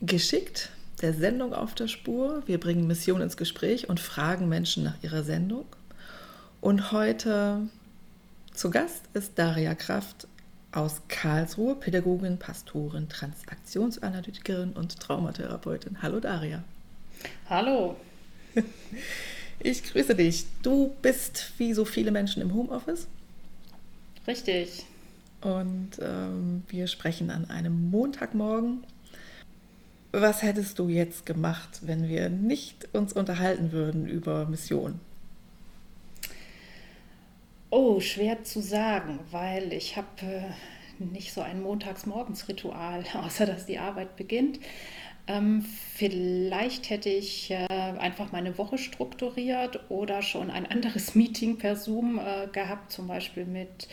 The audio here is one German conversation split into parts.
Geschickt, der Sendung auf der Spur. Wir bringen Mission ins Gespräch und fragen Menschen nach ihrer Sendung. Und heute zu Gast ist Daria Kraft aus Karlsruhe, Pädagogin, Pastorin, Transaktionsanalytikerin und Traumatherapeutin. Hallo Daria. Hallo. Ich grüße dich. Du bist wie so viele Menschen im Homeoffice. Richtig. Und wir sprechen an einem Montagmorgen. Was hättest du jetzt gemacht, wenn wir nicht uns unterhalten würden über Mission? Oh, schwer zu sagen, weil ich habe nicht so ein Montagsmorgensritual, außer dass die Arbeit beginnt. Vielleicht hätte ich einfach meine Woche strukturiert oder schon ein anderes Meeting per Zoom gehabt, zum Beispiel mit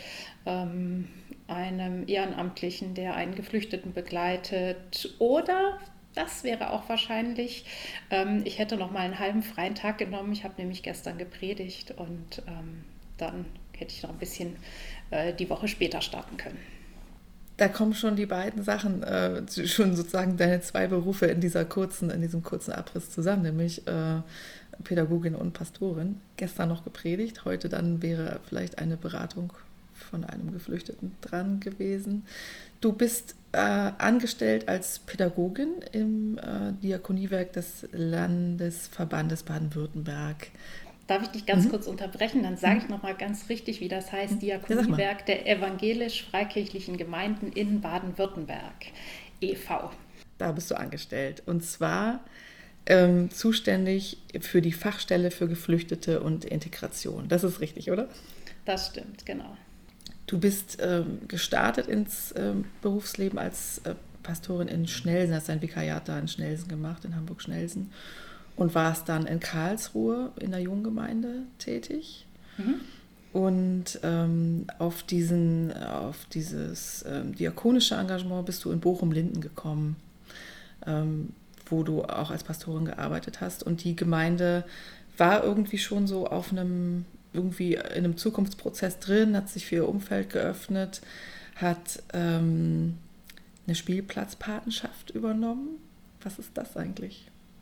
einem Ehrenamtlichen, der einen Geflüchteten begleitet. Oder, das wäre auch wahrscheinlich, ich hätte noch mal einen halben freien Tag genommen. Ich habe nämlich gestern gepredigt und dann hätte ich noch ein bisschen die Woche später starten können. Da kommen schon die beiden Sachen, schon sozusagen deine zwei Berufe in diesem kurzen Abriss zusammen, nämlich Pädagogin und Pastorin. Gestern noch gepredigt, heute dann wäre vielleicht eine Beratung von einem Geflüchteten dran gewesen. Du bist angestellt als Pädagogin im Diakoniewerk des Landesverbandes Baden-Württemberg. Darf ich dich ganz kurz unterbrechen? Dann sage ich nochmal ganz richtig, wie das heißt. Diakoniewerk der evangelisch-freikirchlichen Gemeinden in Baden-Württemberg e.V. Da bist du angestellt. Und zwar zuständig für die Fachstelle für Geflüchtete und Integration. Das ist richtig, oder? Das stimmt, genau. Du bist gestartet ins Berufsleben als Pastorin in Schnelsen, hast dein Vikariat da in Schnelsen gemacht, in Hamburg-Schnelsen. Und warst dann in Karlsruhe in der Junggemeinde tätig. Und auf dieses diakonische Engagement bist du in Bochum-Linden gekommen, wo du auch als Pastorin gearbeitet hast. Und die Gemeinde war irgendwie schon so irgendwie in einem Zukunftsprozess drin, hat sich für ihr Umfeld geöffnet, hat eine Spielplatzpatenschaft übernommen. Was ist das eigentlich?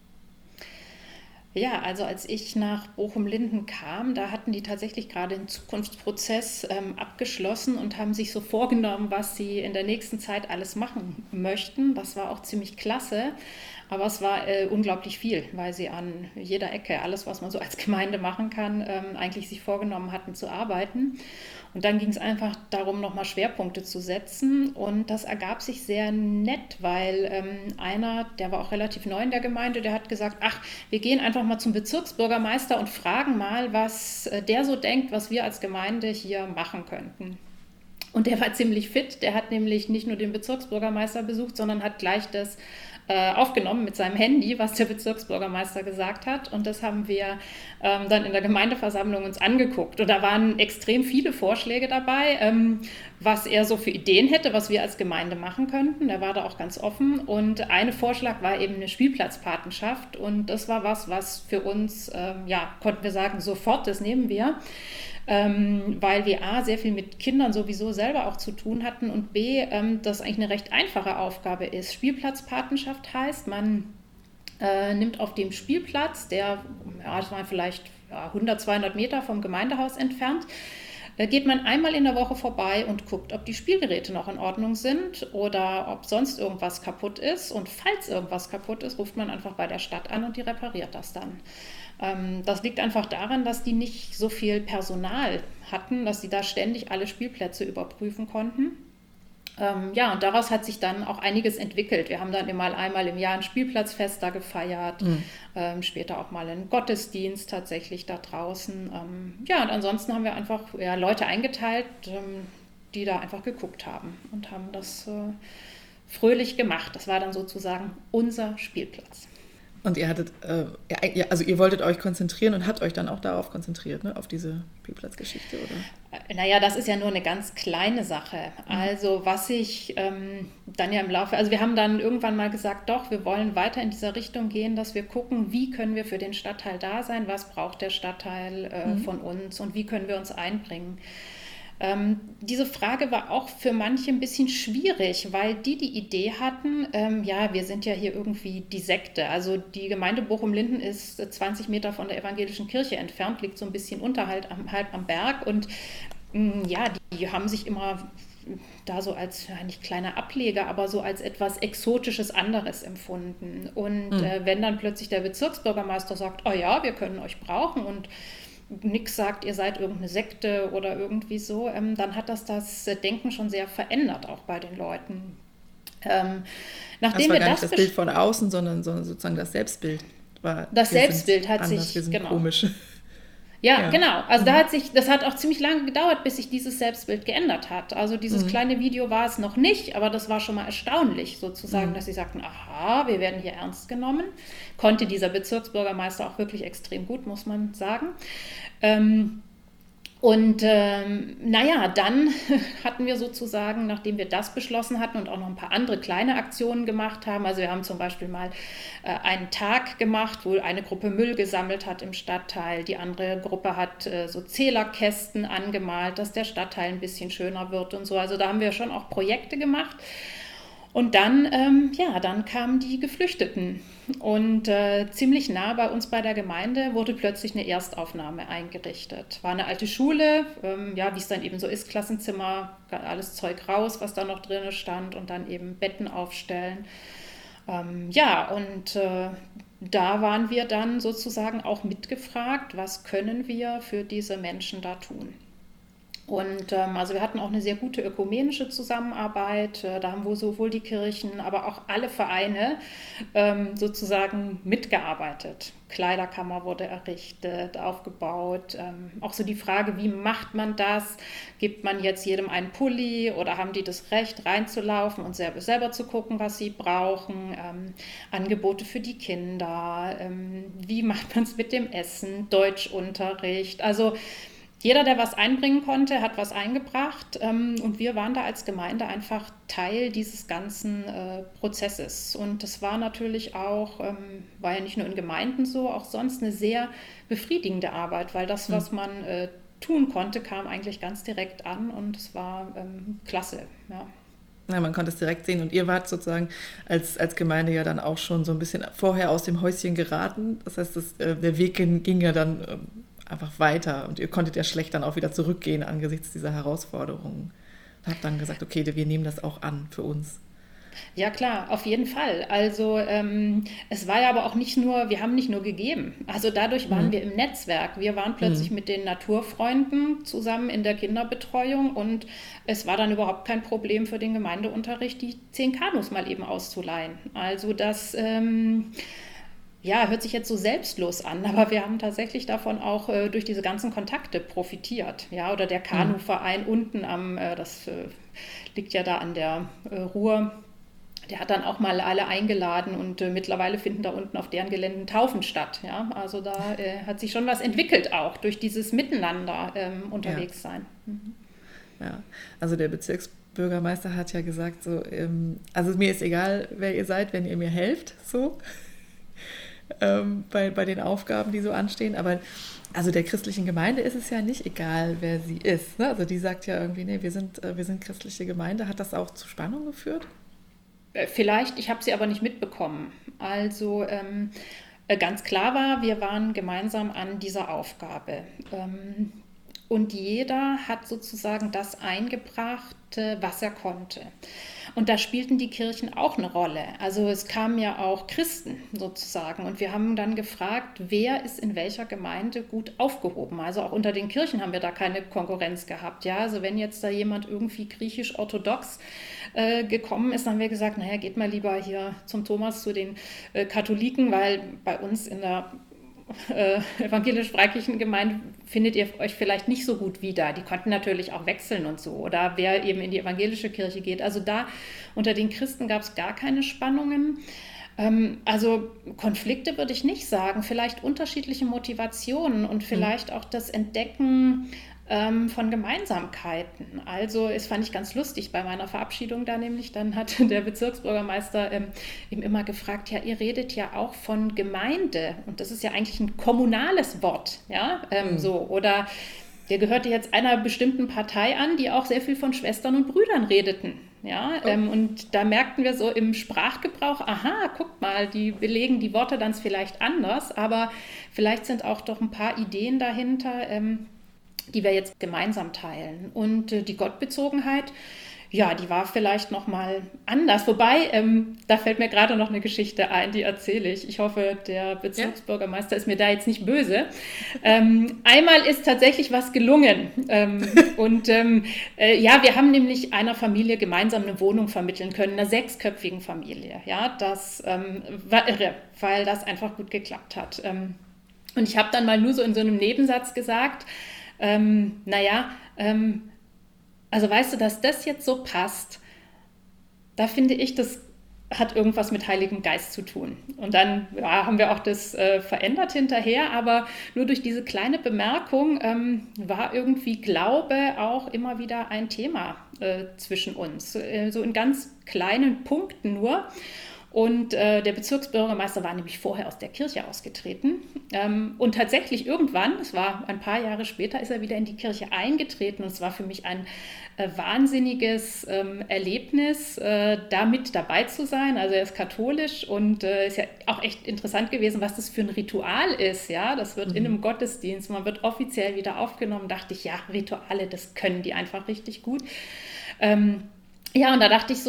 Ja, also als ich nach Bochum-Linden kam, da hatten die tatsächlich gerade den Zukunftsprozess abgeschlossen und haben sich so vorgenommen, was sie in der nächsten Zeit alles machen möchten. Das war auch ziemlich klasse, aber es war unglaublich viel, weil sie an jeder Ecke, alles, was man so als Gemeinde machen kann, eigentlich sich vorgenommen hatten zu arbeiten. Und dann ging es einfach darum, nochmal Schwerpunkte zu setzen. Und das ergab sich sehr nett, weil einer, der war auch relativ neu in der Gemeinde, der hat gesagt, ach, wir gehen einfach mal zum Bezirksbürgermeister und fragen mal, was der so denkt, was wir als Gemeinde hier machen könnten. Und der war ziemlich fit. Der hat nämlich nicht nur den Bezirksbürgermeister besucht, sondern hat gleich das aufgenommen mit seinem Handy, was der Bezirksbürgermeister gesagt hat. Und das haben wir dann in der Gemeindeversammlung uns angeguckt. Und da waren extrem viele Vorschläge dabei, was er so für Ideen hätte, was wir als Gemeinde machen könnten. Er war da auch ganz offen. Und ein Vorschlag war eben eine Spielplatzpatenschaft. Und das war was für uns, konnten wir sagen, sofort, das nehmen wir. Weil wir A, sehr viel mit Kindern sowieso selber auch zu tun hatten und B, das eigentlich eine recht einfache Aufgabe ist. Spielplatzpatenschaft heißt, man nimmt auf dem Spielplatz, das war vielleicht 100, 200 Meter vom Gemeindehaus entfernt, geht man einmal in der Woche vorbei und guckt, ob die Spielgeräte noch in Ordnung sind oder ob sonst irgendwas kaputt ist. Und falls irgendwas kaputt ist, ruft man einfach bei der Stadt an und die repariert das dann. Das liegt einfach daran, dass die nicht so viel Personal hatten, dass sie da ständig alle Spielplätze überprüfen konnten. Und daraus hat sich dann auch einiges entwickelt. Wir haben dann immer einmal im Jahr ein Spielplatzfest da gefeiert, später auch mal einen Gottesdienst tatsächlich da draußen. Und ansonsten haben wir einfach Leute eingeteilt, die da einfach geguckt haben und haben das fröhlich gemacht. Das war dann sozusagen unser Spielplatz. Und ihr hattet, ihr wolltet euch konzentrieren und habt euch dann auch darauf konzentriert, ne? Auf diese Spielplatzgeschichte, oder? Naja, das ist ja nur eine ganz kleine Sache. Also was ich dann ja im Laufe, also wir haben dann irgendwann mal gesagt, doch, wir wollen weiter in dieser Richtung gehen, dass wir gucken, wie können wir für den Stadtteil da sein, was braucht der Stadtteil von uns und wie können wir uns einbringen. Diese Frage war auch für manche ein bisschen schwierig, weil die Idee hatten, ja, wir sind ja hier irgendwie die Sekte. Also die Gemeinde Bochum-Linden ist 20 Meter von der evangelischen Kirche entfernt, liegt so ein bisschen unterhalb am Berg und ja, die haben sich immer da so als, ja, nicht kleiner Ableger, aber so als etwas Exotisches anderes empfunden. Und wenn dann plötzlich der Bezirksbürgermeister sagt, oh ja, wir können euch brauchen und nix sagt, ihr seid irgendeine Sekte oder irgendwie so, dann hat das Denken schon sehr verändert, auch bei den Leuten. Das war gar nicht das Bild von außen, sondern sozusagen das Selbstbild. Das Selbstbild hat sich, wir sind komisch. Ja, genau. Also das hat auch ziemlich lange gedauert, bis sich dieses Selbstbild geändert hat. Also dieses kleine Video war es noch nicht, aber das war schon mal erstaunlich sozusagen, dass sie sagten, aha, wir werden hier ernst genommen. Konnte dieser Bezirksbürgermeister auch wirklich extrem gut, muss man sagen. Naja, dann hatten wir sozusagen, nachdem wir das beschlossen hatten und auch noch ein paar andere kleine Aktionen gemacht haben, also wir haben zum Beispiel mal einen Tag gemacht, wo eine Gruppe Müll gesammelt hat im Stadtteil, die andere Gruppe hat so Zählerkästen angemalt, dass der Stadtteil ein bisschen schöner wird und so. Also da haben wir schon auch Projekte gemacht. Und dann, dann kamen die Geflüchteten und ziemlich nah bei uns bei der Gemeinde wurde plötzlich eine Erstaufnahme eingerichtet. War eine alte Schule, wie es dann eben so ist, Klassenzimmer, alles Zeug raus, was da noch drin stand und dann eben Betten aufstellen. Da waren wir dann sozusagen auch mitgefragt, was können wir für diese Menschen da tun. Und also wir hatten auch eine sehr gute ökumenische Zusammenarbeit, da haben wohl sowohl die Kirchen, aber auch alle Vereine sozusagen mitgearbeitet. Kleiderkammer wurde errichtet, aufgebaut, auch so die Frage, wie macht man das? Gibt man jetzt jedem einen Pulli oder haben die das Recht reinzulaufen und selber zu gucken, was sie brauchen? Angebote für die Kinder, wie macht man es mit dem Essen, Deutschunterricht, also jeder, der was einbringen konnte, hat was eingebracht und wir waren da als Gemeinde einfach Teil dieses ganzen Prozesses. Und das war natürlich auch, war ja nicht nur in Gemeinden so, auch sonst eine sehr befriedigende Arbeit, weil das, was man tun konnte, kam eigentlich ganz direkt an und es war klasse, ja. Ja, man konnte es direkt sehen und ihr wart sozusagen als Gemeinde ja dann auch schon so ein bisschen vorher aus dem Häuschen geraten. Das heißt, der Weg ging ja dann einfach weiter und ihr konntet ja schlecht dann auch wieder zurückgehen angesichts dieser Herausforderungen. Und habt dann gesagt, okay, wir nehmen das auch an für uns. Ja klar, auf jeden Fall. Also es war ja aber auch nicht nur, wir haben nicht nur gegeben. Also dadurch waren wir im Netzwerk. Wir waren plötzlich mit den Naturfreunden zusammen in der Kinderbetreuung und es war dann überhaupt kein Problem für den Gemeindeunterricht, die 10 Kanus mal eben auszuleihen. Also das hört sich jetzt so selbstlos an, aber wir haben tatsächlich davon auch durch diese ganzen Kontakte profitiert. Ja, oder der Kanuverein unten das liegt ja da an der Ruhr, der hat dann auch mal alle eingeladen und mittlerweile finden da unten auf deren Geländen Taufen statt. Ja, also da hat sich schon was entwickelt auch durch dieses Miteinander unterwegs sein. Ja, also der Bezirksbürgermeister hat ja gesagt, so, also mir ist egal, wer ihr seid, wenn ihr mir helft, so. Bei den Aufgaben, die so anstehen. Aber also der christlichen Gemeinde ist es ja nicht egal, wer sie ist. Ne? Also die sagt ja irgendwie, nee, wir sind christliche Gemeinde. Hat das auch zu Spannung geführt? Vielleicht, ich habe sie aber nicht mitbekommen. Also ganz klar war, wir waren gemeinsam an dieser Aufgabe. Und jeder hat sozusagen das eingebracht, was er konnte. Und da spielten die Kirchen auch eine Rolle. Also es kamen ja auch Christen sozusagen. Und wir haben dann gefragt, wer ist in welcher Gemeinde gut aufgehoben. Also auch unter den Kirchen haben wir da keine Konkurrenz gehabt. Ja? Also wenn jetzt da jemand irgendwie griechisch-orthodox gekommen ist, dann haben wir gesagt, naja, geht mal lieber hier zum Thomas, zu den Katholiken, weil bei uns in der evangelisch-freikirchlichen Gemeinde findet ihr euch vielleicht nicht so gut wieder. Die konnten natürlich auch wechseln und so. Oder wer eben in die evangelische Kirche geht. Also da unter den Christen gab es gar keine Spannungen. Also Konflikte würde ich nicht sagen. Vielleicht unterschiedliche Motivationen und vielleicht auch das Entdecken von Gemeinsamkeiten. Also es fand ich ganz lustig bei meiner Verabschiedung da nämlich, dann hat der Bezirksbürgermeister eben immer gefragt, ja, ihr redet ja auch von Gemeinde und das ist ja eigentlich ein kommunales Wort, ja, so, oder der gehörte jetzt einer bestimmten Partei an, die auch sehr viel von Schwestern und Brüdern redeten. Ja, und da merkten wir so im Sprachgebrauch, aha, guck mal, die belegen die Worte dann vielleicht anders, aber vielleicht sind auch doch ein paar Ideen dahinter, die wir jetzt gemeinsam teilen. Und die Gottbezogenheit, ja, die war vielleicht nochmal anders. Wobei, da fällt mir gerade noch eine Geschichte ein, die erzähle ich. Ich hoffe, der Bezirksbürgermeister ist mir da jetzt nicht böse. Einmal ist tatsächlich was gelungen. Wir haben nämlich einer Familie gemeinsam eine Wohnung vermitteln können, einer 6-köpfigen Familie. Ja, das war irre, weil das einfach gut geklappt hat. Und ich habe dann mal nur so in so einem Nebensatz gesagt, also weißt du, dass das jetzt so passt, da finde ich, das hat irgendwas mit Heiligem Geist zu tun. Und dann haben wir auch das verändert hinterher, aber nur durch diese kleine Bemerkung war irgendwie Glaube auch immer wieder ein Thema zwischen uns, so in ganz kleinen Punkten nur. Und der Bezirksbürgermeister war nämlich vorher aus der Kirche ausgetreten. Und tatsächlich irgendwann, es war ein paar Jahre später, ist er wieder in die Kirche eingetreten. Und es war für mich ein wahnsinniges Erlebnis, da mit dabei zu sein. Also er ist katholisch und ist ja auch echt interessant gewesen, was das für ein Ritual ist. Ja, das wird in einem Gottesdienst, man wird offiziell wieder aufgenommen. Dachte ich, ja, Rituale, das können die einfach richtig gut. Und da dachte ich so,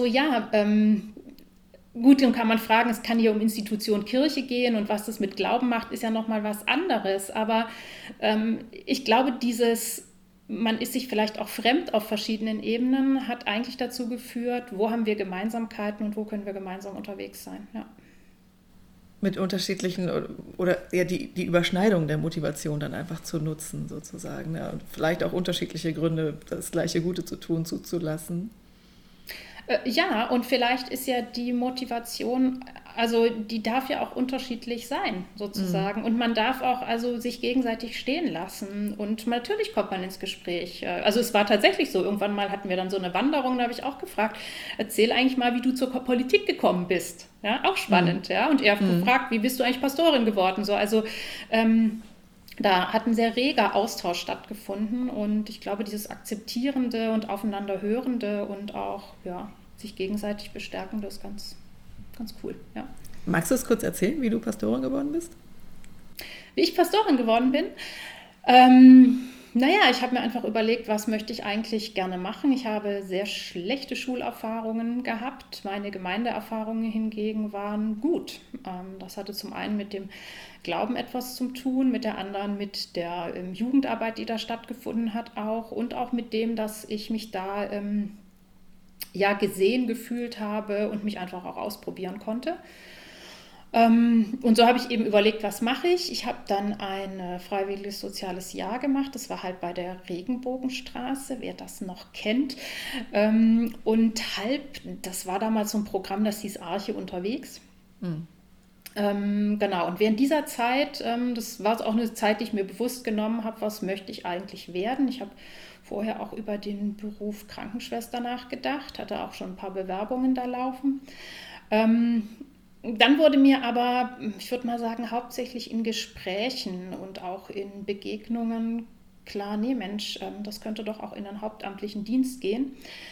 gut, dann kann man fragen, es kann hier um Institution Kirche gehen und was das mit Glauben macht, ist ja nochmal was anderes. Aber ich glaube, man ist sich vielleicht auch fremd auf verschiedenen Ebenen, hat eigentlich dazu geführt, wo haben wir Gemeinsamkeiten und wo können wir gemeinsam unterwegs sein. Ja. Mit unterschiedlichen oder ja, die Überschneidung der Motivation dann einfach zu nutzen sozusagen. Ja, und vielleicht auch unterschiedliche Gründe, das gleiche Gute zu tun, zuzulassen. Ja, und vielleicht ist ja die Motivation, also die darf ja auch unterschiedlich sein, sozusagen. Und man darf auch also sich gegenseitig stehen lassen. Und natürlich kommt man ins Gespräch. Also es war tatsächlich so, irgendwann mal hatten wir dann so eine Wanderung, da habe ich auch gefragt, erzähl eigentlich mal, wie du zur Politik gekommen bist. Ja, auch spannend, ja. Und er hat gefragt, wie bist du eigentlich Pastorin geworden? So, also da hat ein sehr reger Austausch stattgefunden und ich glaube, dieses Akzeptierende und Aufeinanderhörende und auch sich gegenseitig Bestärkende ist ganz, ganz cool. Ja. Magst du es kurz erzählen, wie du Pastorin geworden bist? Wie ich Pastorin geworden bin? Ich habe mir einfach überlegt, was möchte ich eigentlich gerne machen. Ich habe sehr schlechte Schulerfahrungen gehabt. Meine Gemeindeerfahrungen hingegen waren gut. Das hatte zum einen mit dem Glauben etwas zu tun, mit der anderen mit der Jugendarbeit, die da stattgefunden hat auch und auch mit dem, dass ich mich da gesehen gefühlt habe und mich einfach auch ausprobieren konnte. Und so habe ich eben überlegt, was mache ich? Ich habe dann ein freiwilliges soziales Jahr gemacht. Das war halt bei der Regenbogenstraße, wer das noch kennt. Das war damals so ein Programm, das hieß Arche unterwegs. Genau, und während dieser Zeit, das war auch eine Zeit, die ich mir bewusst genommen habe, was möchte ich eigentlich werden? Ich habe vorher auch über den Beruf Krankenschwester nachgedacht, hatte auch schon ein paar Bewerbungen da laufen. Dann wurde mir aber, ich würde mal sagen, hauptsächlich in Gesprächen und auch in Begegnungen klar, nee Mensch, das könnte doch auch in einen hauptamtlichen Dienst gehen.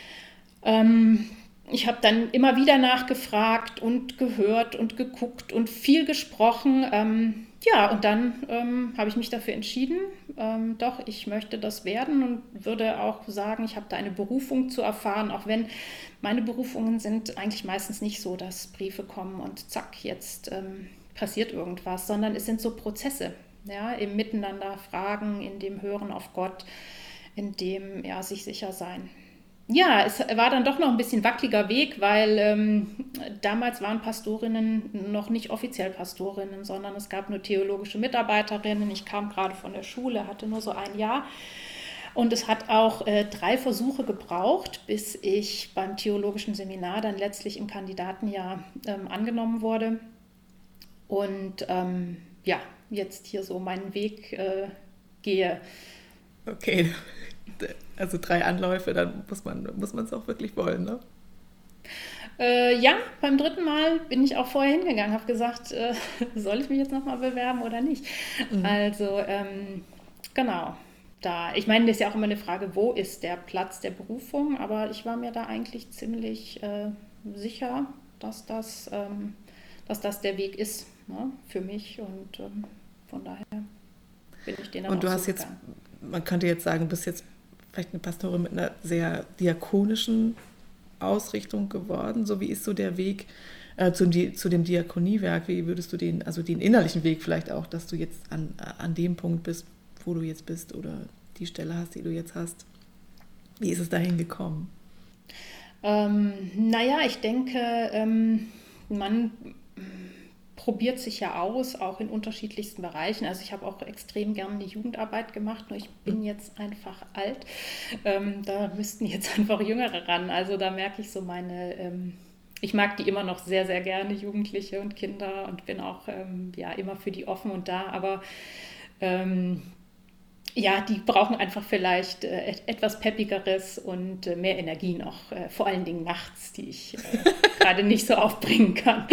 Ich habe dann immer wieder nachgefragt und gehört und geguckt und viel gesprochen. Und dann habe ich mich dafür entschieden, doch, ich möchte das werden und würde auch sagen, ich habe da eine Berufung zu erfahren, auch wenn meine Berufungen sind eigentlich meistens nicht so, dass Briefe kommen und zack, jetzt passiert irgendwas, sondern es sind so Prozesse, ja, im Miteinander fragen, in dem Hören auf Gott, in dem sich sicher sein. Ja, es war dann doch noch ein bisschen wackeliger Weg, weil damals waren Pastorinnen noch nicht offiziell Pastorinnen, sondern es gab nur theologische Mitarbeiterinnen. Ich kam gerade von der Schule, hatte nur so ein Jahr. Und es hat auch 3 Versuche gebraucht, bis ich beim theologischen Seminar dann letztlich im Kandidatenjahr angenommen wurde. Und jetzt hier so meinen Weg gehe. Okay. Also 3 Anläufe, dann muss man es auch wirklich wollen, ne? Beim 3. Mal bin ich auch vorher hingegangen, habe gesagt, soll ich mich jetzt nochmal bewerben oder nicht? Also, genau. ich meine, das ist ja auch immer eine Frage, wo ist der Platz der Berufung, aber ich war mir da eigentlich ziemlich sicher, dass das der Weg ist, ne, für mich und von daher bin ich den dann Und du auch so hast jetzt, gegangen. man könnte jetzt sagen, du bist jetzt vielleicht eine Pastorin mit einer sehr diakonischen Ausrichtung geworden. So, wie ist so der Weg zu dem Diakoniewerk? Wie würdest du den innerlichen Weg vielleicht auch, dass du jetzt an dem Punkt bist, wo du jetzt bist oder die Stelle hast, die du jetzt hast? Wie ist es dahin gekommen? Naja, ich denke, man probiert sich ja aus, auch in unterschiedlichsten Bereichen. Also ich habe auch extrem gerne die Jugendarbeit gemacht, nur ich bin jetzt einfach alt. Da müssten jetzt einfach Jüngere ran. Also da merke ich so ich mag die immer noch sehr, sehr gerne, Jugendliche und Kinder, und bin auch immer für die offen und da, aber die brauchen einfach vielleicht etwas Peppigeres und mehr Energie noch, vor allen Dingen nachts, die ich gerade nicht so aufbringen kann.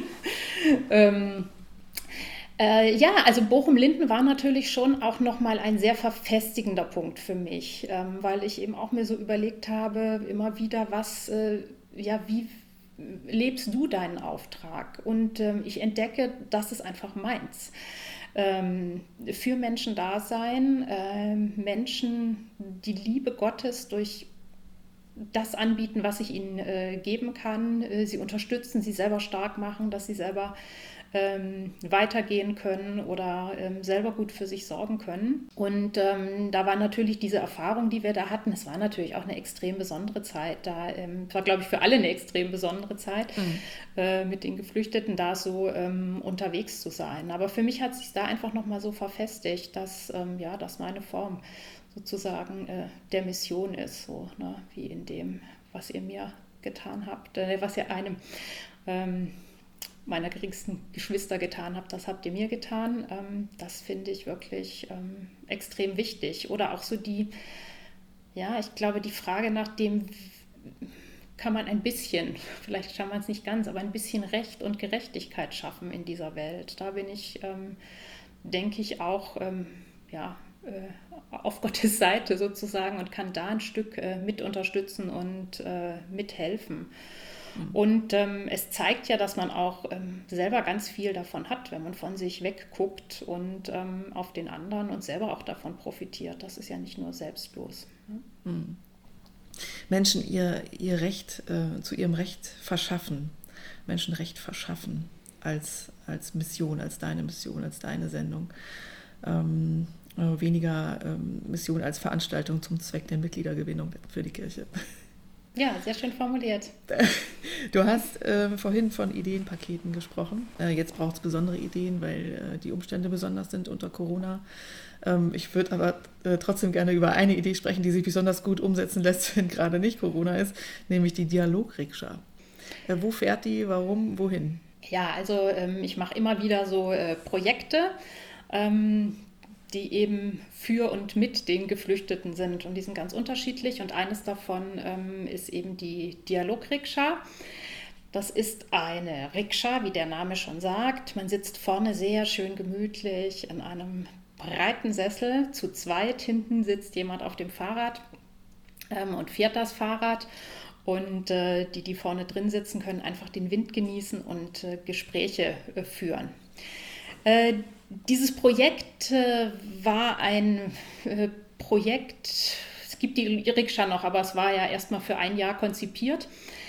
Also Bochum-Linden war natürlich schon auch nochmal ein sehr verfestigender Punkt für mich, weil ich eben auch mir so überlegt habe, immer wieder, wie lebst du deinen Auftrag? Und ich entdecke, das ist einfach meins. Für Menschen da sein, Menschen die Liebe Gottes durch das anbieten, was ich ihnen geben kann, sie unterstützen, sie selber stark machen, dass sie selber weitergehen können oder selber gut für sich sorgen können. Und da war natürlich diese Erfahrung, die wir da hatten, es war natürlich auch eine extrem besondere Zeit. Es war, glaube ich, für alle eine extrem besondere Zeit, mit den Geflüchteten da so unterwegs zu sein. Aber für mich hat es sich da einfach nochmal so verfestigt, dass meine Form sozusagen der Mission ist, so, ne, wie in dem, was ihr mir getan habt, was ihr einem meiner geringsten Geschwister getan habt, das habt ihr mir getan. Das finde ich wirklich extrem wichtig. Oder auch so ich glaube, die Frage nach dem, kann man ein bisschen, vielleicht kann man es nicht ganz, aber ein bisschen Recht und Gerechtigkeit schaffen in dieser Welt. Da bin ich, denke ich, auch auf Gottes Seite sozusagen und kann da ein Stück mit unterstützen und mithelfen. Und es zeigt ja, dass man auch selber ganz viel davon hat, wenn man von sich wegguckt und auf den anderen und selber auch davon profitiert. Das ist ja nicht nur selbstlos. Ne? Menschen ihr Recht zu ihrem Recht verschaffen, Menschen Recht verschaffen als Mission, als deine Mission, als deine Sendung. Weniger Mission als Veranstaltung zum Zweck der Mitgliedergewinnung für die Kirche. Ja, sehr schön formuliert. Du hast vorhin von Ideenpaketen gesprochen. Jetzt braucht es besondere Ideen, weil die Umstände besonders sind unter Corona. Ich würde aber trotzdem gerne über eine Idee sprechen, die sich besonders gut umsetzen lässt, wenn gerade nicht Corona ist, nämlich die Dialogrikscha. Wo fährt die, warum, wohin? Ja, also ich mache immer wieder so Projekte, die eben für und mit den Geflüchteten sind. Und die sind ganz unterschiedlich. Und eines davon ist eben die Dialogrikscha. Das ist eine Rikscha, wie der Name schon sagt. Man sitzt vorne sehr schön gemütlich in einem breiten Sessel, zu zweit. Hinten sitzt jemand auf dem Fahrrad und fährt das Fahrrad. Und die vorne drin sitzen, können einfach den Wind genießen und Gespräche führen. Dieses Projekt war ein Projekt, es gibt die Rikscha noch, aber es war ja erstmal für ein Jahr konzipiert,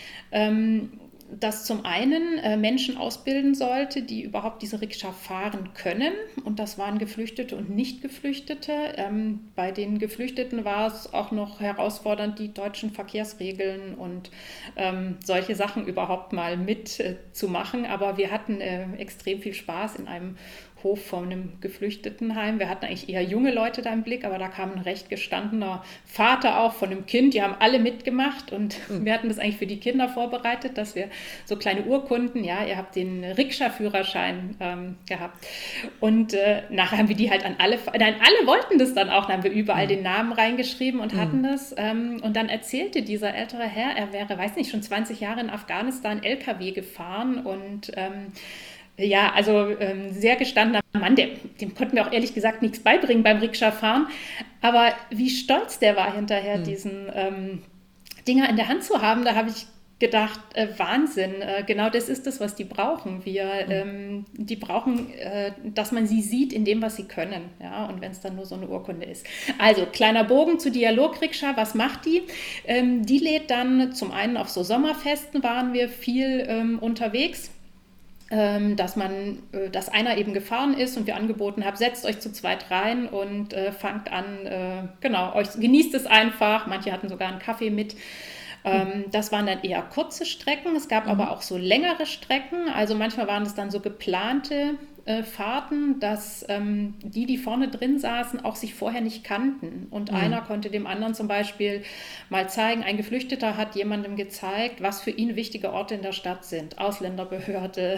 das zum einen Menschen ausbilden sollte, die überhaupt diese Rikscha fahren können. Und das waren Geflüchtete und Nicht-Geflüchtete. Bei den Geflüchteten war es auch noch herausfordernd, die deutschen Verkehrsregeln und solche Sachen überhaupt mal mitzumachen. Aber wir hatten extrem viel Spaß in einem Hof von einem Geflüchtetenheim. Wir hatten eigentlich eher junge Leute da im Blick, aber da kam ein recht gestandener Vater auch von einem Kind. Die haben alle mitgemacht und wir hatten das eigentlich für die Kinder vorbereitet, dass wir so kleine Urkunden, ja, ihr habt den Rikscha-Führerschein gehabt. Und nachher haben wir die halt an alle wollten das dann auch, dann haben wir überall den Namen reingeschrieben und hatten das. Und dann erzählte dieser ältere Herr, er wäre, weiß nicht, schon 20 Jahre in Afghanistan LKW gefahren und Ja, also sehr gestandener Mann, dem konnten wir auch ehrlich gesagt nichts beibringen beim Rikscha-Fahren. Aber wie stolz der war hinterher, diesen Dinger in der Hand zu haben, da habe ich gedacht, Wahnsinn, genau das ist das, was die brauchen. Die brauchen, dass man sie sieht in dem, was sie können. Ja? Und wenn es dann nur so eine Urkunde ist. Also, kleiner Bogen zu Dialog-Rikscha, was macht die? Die lädt dann zum einen auf so Sommerfesten, waren wir viel unterwegs. Dass einer eben gefahren ist und wir angeboten haben, setzt euch zu zweit rein und fangt an, genießt es einfach. Manche hatten sogar einen Kaffee mit. Das waren dann eher kurze Strecken. Es gab aber auch so längere Strecken. Also manchmal waren es dann so geplante Fahrten, dass die vorne drin saßen, auch sich vorher nicht kannten. Und einer konnte dem anderen zum Beispiel mal zeigen, ein Geflüchteter hat jemandem gezeigt, was für ihn wichtige Orte in der Stadt sind. Ausländerbehörde,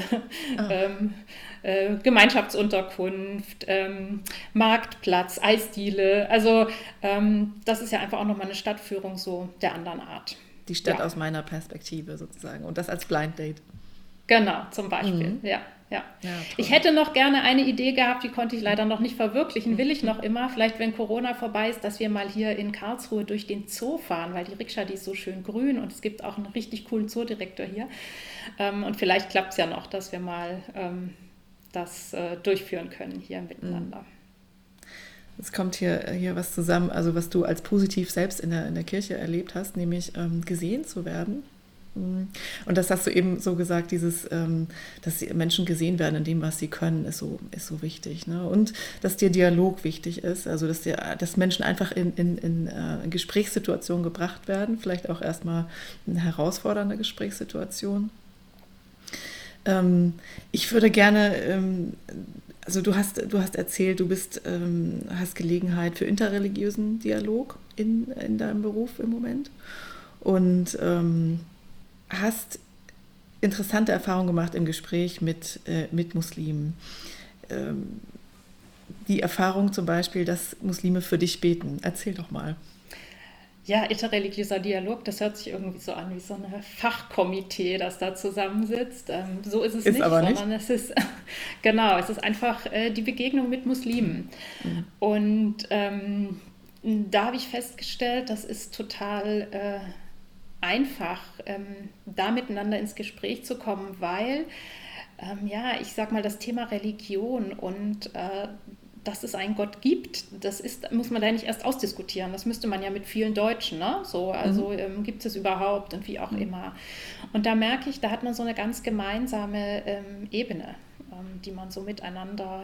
Gemeinschaftsunterkunft, Marktplatz, Eisdiele. Also das ist ja einfach auch nochmal eine Stadtführung so der anderen Art. Die Stadt aus meiner Perspektive sozusagen. Und das als Blind Date. Genau, zum Beispiel, ja. Ich hätte noch gerne eine Idee gehabt, die konnte ich leider noch nicht verwirklichen, will ich noch immer, vielleicht wenn Corona vorbei ist, dass wir mal hier in Karlsruhe durch den Zoo fahren, weil die Rikscha, die ist so schön grün und es gibt auch einen richtig coolen Zoodirektor hier. Und vielleicht klappt es ja noch, dass wir mal das durchführen können hier miteinander. Es kommt hier was zusammen, also was du als positiv selbst in der Kirche erlebt hast, nämlich gesehen zu werden. Und das hast du eben so gesagt, dass die Menschen gesehen werden in dem, was sie können, ist so wichtig. Ne? Und dass dir Dialog wichtig ist, also dass Menschen einfach in Gesprächssituationen gebracht werden, vielleicht auch erstmal eine herausfordernde Gesprächssituation. Ich würde gerne, also du hast erzählt, du hast Gelegenheit für interreligiösen Dialog in deinem Beruf im Moment und hast interessante Erfahrungen gemacht im Gespräch mit Muslimen. Die Erfahrung zum Beispiel, dass Muslime für dich beten. Erzähl doch mal. Ja, interreligiöser Dialog, das hört sich irgendwie so an wie so ein Fachkomitee, das da zusammensitzt. So ist es nicht, sondern es ist, genau, es ist einfach die Begegnung mit Muslimen. Und da habe ich festgestellt, das ist total einfach, da miteinander ins Gespräch zu kommen, weil, ich sag mal, das Thema Religion und dass es einen Gott gibt, muss man da nicht erst ausdiskutieren. Das müsste man ja mit vielen Deutschen, ne? So, also gibt es überhaupt und wie auch immer. Und da merke ich, da hat man so eine ganz gemeinsame Ebene, die man so miteinander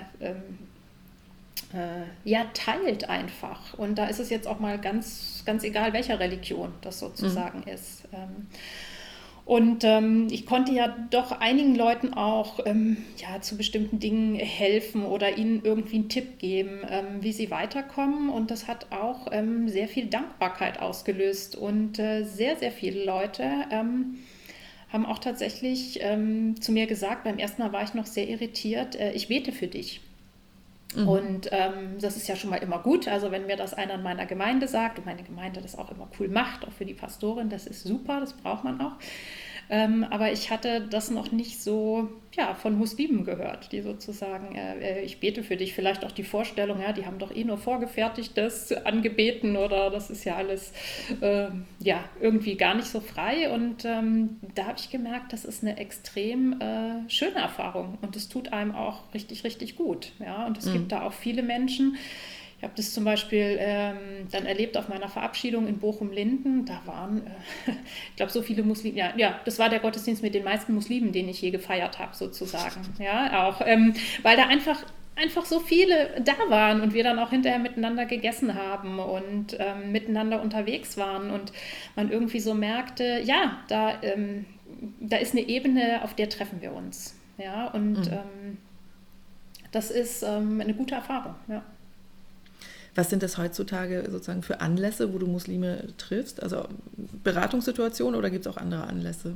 teilt einfach. Und da ist es jetzt auch mal ganz, ganz egal, welcher Religion das sozusagen ist. Und ich konnte ja doch einigen Leuten auch zu bestimmten Dingen helfen oder ihnen irgendwie einen Tipp geben, wie sie weiterkommen. Und das hat auch sehr viel Dankbarkeit ausgelöst. Und sehr, sehr viele Leute haben auch tatsächlich zu mir gesagt, beim ersten Mal war ich noch sehr irritiert, ich bete für dich. Und das ist ja schon mal immer gut, also wenn mir das einer in meiner Gemeinde sagt und meine Gemeinde das auch immer cool macht, auch für die Pastorin, das ist super, das braucht man auch. Aber ich hatte das noch nicht so von Muslimen gehört, die sozusagen, ich bete für dich, vielleicht auch die Vorstellung, die haben doch nur Vorgefertigtes angebeten oder das ist ja alles irgendwie gar nicht so frei. Und da habe ich gemerkt, das ist eine extrem schöne Erfahrung und es tut einem auch richtig, richtig gut. Ja? Und es gibt da auch viele Menschen. Ich habe das zum Beispiel dann erlebt auf meiner Verabschiedung in Bochum-Linden. Da waren, ich glaube, so viele Muslime. Ja, das war der Gottesdienst mit den meisten Muslimen, den ich je gefeiert habe, sozusagen. Ja, auch, weil da einfach so viele da waren und wir dann auch hinterher miteinander gegessen haben und miteinander unterwegs waren und man irgendwie so merkte, da ist eine Ebene, auf der treffen wir uns. Ja, und das ist eine gute Erfahrung, ja. Was sind das heutzutage sozusagen für Anlässe, wo du Muslime triffst? Also Beratungssituationen oder gibt es auch andere Anlässe?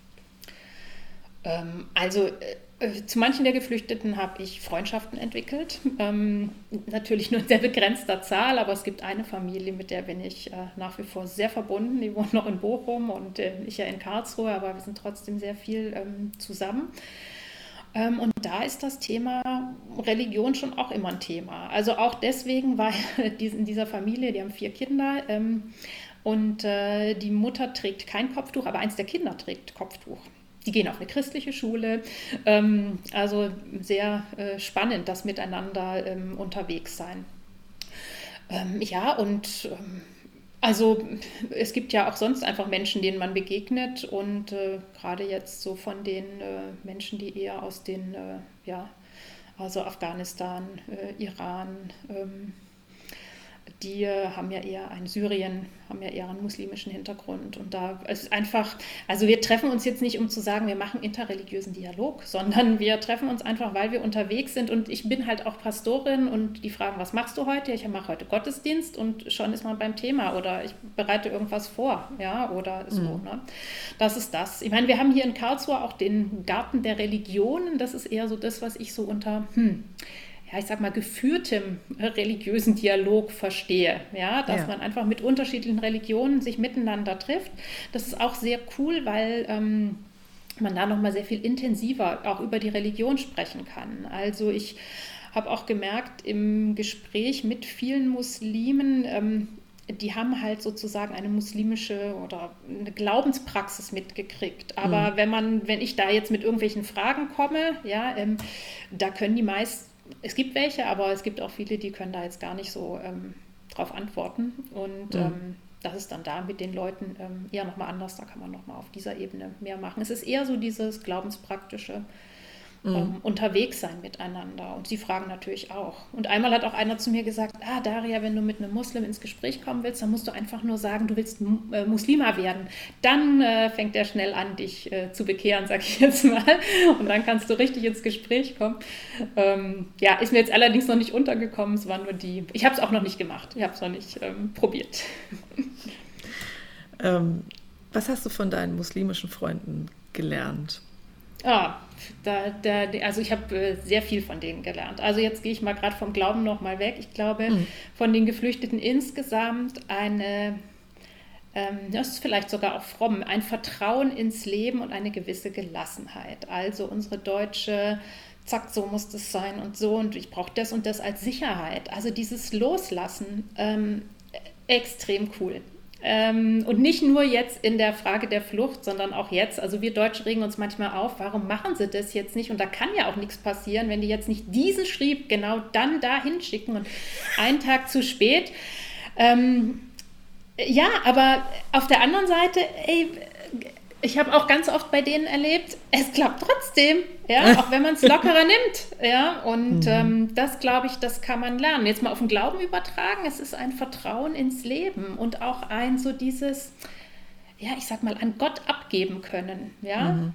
Zu manchen der Geflüchteten habe ich Freundschaften entwickelt. Natürlich nur in sehr begrenzter Zahl, aber es gibt eine Familie, mit der bin ich nach wie vor sehr verbunden. Die wohnt noch in Bochum und ich ja in Karlsruhe, aber wir sind trotzdem sehr viel zusammen. Und da ist das Thema Religion schon auch immer ein Thema. Also auch deswegen war in dieser Familie, die haben 4 Kinder, und die Mutter trägt kein Kopftuch, aber eins der Kinder trägt Kopftuch. Die gehen auf eine christliche Schule. Also sehr spannend, das Miteinander unterwegs sein. Ja, und also es gibt ja auch sonst einfach Menschen, denen man begegnet, und gerade jetzt so von den Menschen, die eher aus den, ja, also Afghanistan, Iran, die haben ja eher Syrien, haben ja eher einen muslimischen Hintergrund. Und da ist einfach, also wir treffen uns jetzt nicht, um zu sagen, wir machen interreligiösen Dialog, sondern wir treffen uns einfach, weil wir unterwegs sind. Und ich bin halt auch Pastorin, und die fragen, was machst du heute? Ich mache heute Gottesdienst, und schon ist man beim Thema, oder ich bereite irgendwas vor, ja, oder so. Ne? Das ist das. Ich meine, wir haben hier in Karlsruhe auch den Garten der Religionen. Das ist eher so das, was ich so unter ja, ich sag mal, geführtem religiösen Dialog verstehe, ja, dass man einfach mit unterschiedlichen Religionen sich miteinander trifft. Das ist auch sehr cool, weil man da nochmal sehr viel intensiver auch über die Religion sprechen kann. Also ich habe auch gemerkt im Gespräch mit vielen Muslimen, die haben halt sozusagen eine muslimische oder eine Glaubenspraxis mitgekriegt. Aber wenn ich da jetzt mit irgendwelchen Fragen komme, ja, da können die meist. Es gibt welche, aber es gibt auch viele, die können da jetzt gar nicht so drauf antworten. Und das ist dann da mit den Leuten eher nochmal anders. Da kann man nochmal auf dieser Ebene mehr machen. Es ist eher so dieses glaubenspraktische unterwegs sein miteinander. Und sie fragen natürlich auch. Und einmal hat auch einer zu mir gesagt, Daria, wenn du mit einem Muslim ins Gespräch kommen willst, dann musst du einfach nur sagen, du willst Muslima werden. Dann fängt er schnell an, dich zu bekehren, sag ich jetzt mal. Und dann kannst du richtig ins Gespräch kommen. Ja, ist mir jetzt allerdings noch nicht untergekommen. Es waren nur die. Ich habe es auch noch nicht gemacht. Ich habe es noch nicht probiert. Was hast du von deinen muslimischen Freunden gelernt? Also ich habe sehr viel von denen gelernt. Also jetzt gehe ich mal gerade vom Glauben noch mal weg. Ich glaube, von den Geflüchteten insgesamt das ist vielleicht sogar auch fromm, ein Vertrauen ins Leben und eine gewisse Gelassenheit. Also unsere deutsche, zack, so muss das sein und so, und ich brauche das und das als Sicherheit. Also dieses Loslassen, extrem cool. Und nicht nur jetzt in der Frage der Flucht, sondern auch jetzt. Also wir Deutsche regen uns manchmal auf, warum machen sie das jetzt nicht? Und da kann ja auch nichts passieren, wenn die jetzt nicht diesen Schrieb genau dann dahin schicken und einen Tag zu spät. Ja, aber auf der anderen Seite, ich habe auch ganz oft bei denen erlebt, es klappt trotzdem, ja, auch wenn man es lockerer nimmt, ja, und das, glaube ich, das kann man lernen. Jetzt mal auf den Glauben übertragen, es ist ein Vertrauen ins Leben und auch ein so dieses, ja, ich sag mal, an Gott abgeben können, ja,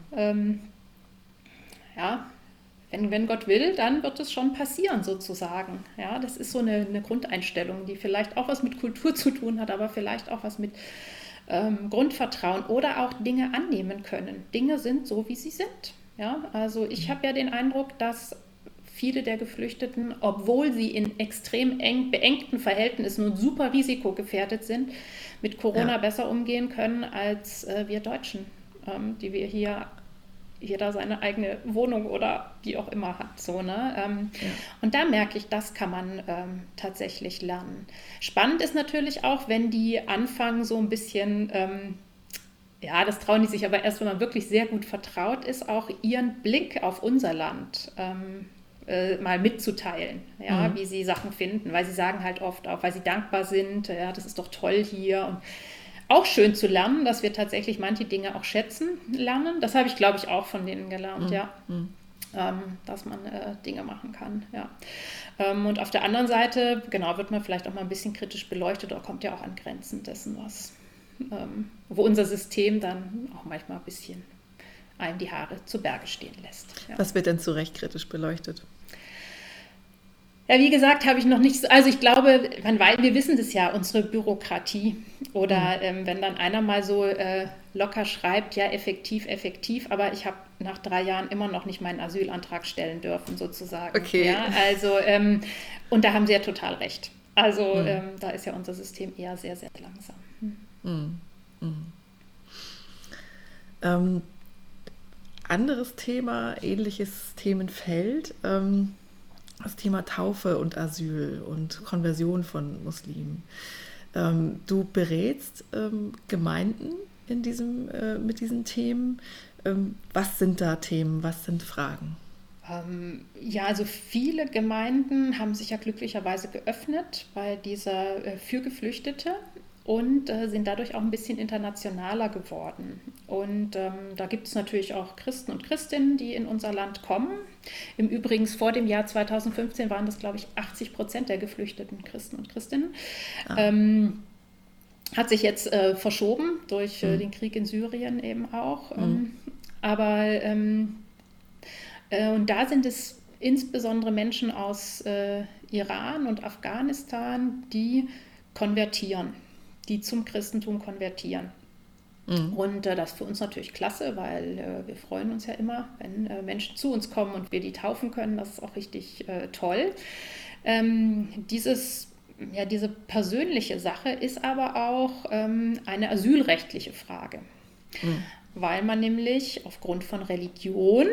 ja, wenn Gott will, dann wird es schon passieren, sozusagen, ja, das ist so eine Grundeinstellung, die vielleicht auch was mit Kultur zu tun hat, aber vielleicht auch was mit Grundvertrauen oder auch Dinge annehmen können. Dinge sind so, wie sie sind. Ja? Also ich habe ja den Eindruck, dass viele der Geflüchteten, obwohl sie in extrem beengten Verhältnissen und super risikogefährdet sind, mit Corona besser umgehen können als wir Deutschen, die wir hier jeder seine eigene Wohnung oder wie auch immer hat. So, ne? Und da merke ich, das kann man tatsächlich lernen. Spannend ist natürlich auch, wenn die anfangen so ein bisschen, ja, das trauen die sich aber erst, wenn man wirklich sehr gut vertraut ist, auch ihren Blick auf unser Land mal mitzuteilen, ja, wie sie Sachen finden, weil sie sagen halt oft auch, weil sie dankbar sind, ja, das ist doch toll hier, und auch schön zu lernen, dass wir tatsächlich manche Dinge auch schätzen lernen. Das habe ich, glaube ich, auch von denen gelernt, ja. Dass man Dinge machen kann, ja. Und auf der anderen Seite, genau, wird man vielleicht auch mal ein bisschen kritisch beleuchtet oder kommt ja auch an Grenzen dessen, wo unser System dann auch manchmal ein bisschen einem die Haare zu Berge stehen lässt. Ja. Was wird denn zu Recht kritisch beleuchtet? Ja, wie gesagt, habe ich noch nicht, also ich glaube, wir wissen das ja, unsere Bürokratie, oder wenn dann einer mal so locker schreibt, ja, effektiv, aber ich habe nach 3 Jahren immer noch nicht meinen Asylantrag stellen dürfen, sozusagen. Okay. Ja, also, und da haben sie ja total recht. Also da ist ja unser System eher sehr, sehr langsam. anderes Thema, ähnliches Themenfeld, das Thema Taufe und Asyl und Konversion von Muslimen. Du berätst Gemeinden in mit diesen Themen. Was sind da Themen, was sind Fragen? Ja, also viele Gemeinden haben sich ja glücklicherweise geöffnet bei dieser für Geflüchtete und sind dadurch auch ein bisschen internationaler geworden. Und da gibt es natürlich auch Christen und Christinnen, die in unser Land kommen. Im Übrigen vor dem Jahr 2015 waren das, glaube ich, 80% der geflüchteten Christen und Christinnen. Hat sich jetzt verschoben durch den Krieg in Syrien eben auch. Und da sind es insbesondere Menschen aus Iran und Afghanistan, die konvertieren, die zum Christentum konvertieren. Und das ist für uns natürlich klasse, weil wir freuen uns ja immer, wenn Menschen zu uns kommen und wir die taufen können. Das ist auch richtig toll. Diese persönliche Sache ist aber auch eine asylrechtliche Frage, weil man nämlich aufgrund von Religion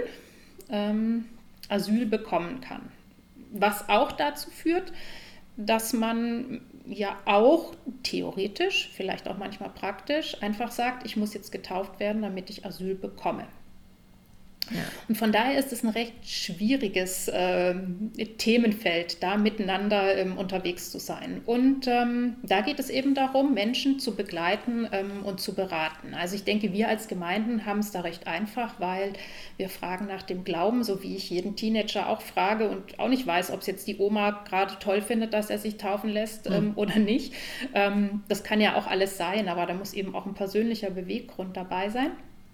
Asyl bekommen kann. Was auch dazu führt, dass man ja auch theoretisch, vielleicht auch manchmal praktisch, einfach sagt, ich muss jetzt getauft werden, damit ich Asyl bekomme. Ja. Und von daher ist es ein recht schwieriges Themenfeld, da miteinander unterwegs zu sein. Und da geht es eben darum, Menschen zu begleiten und zu beraten. Also ich denke, wir als Gemeinden haben es da recht einfach, weil wir fragen nach dem Glauben, so wie ich jeden Teenager auch frage und auch nicht weiß, ob es jetzt die Oma gerade toll findet, dass er sich taufen lässt oder nicht. Das kann ja auch alles sein, aber da muss eben auch ein persönlicher Beweggrund dabei sein.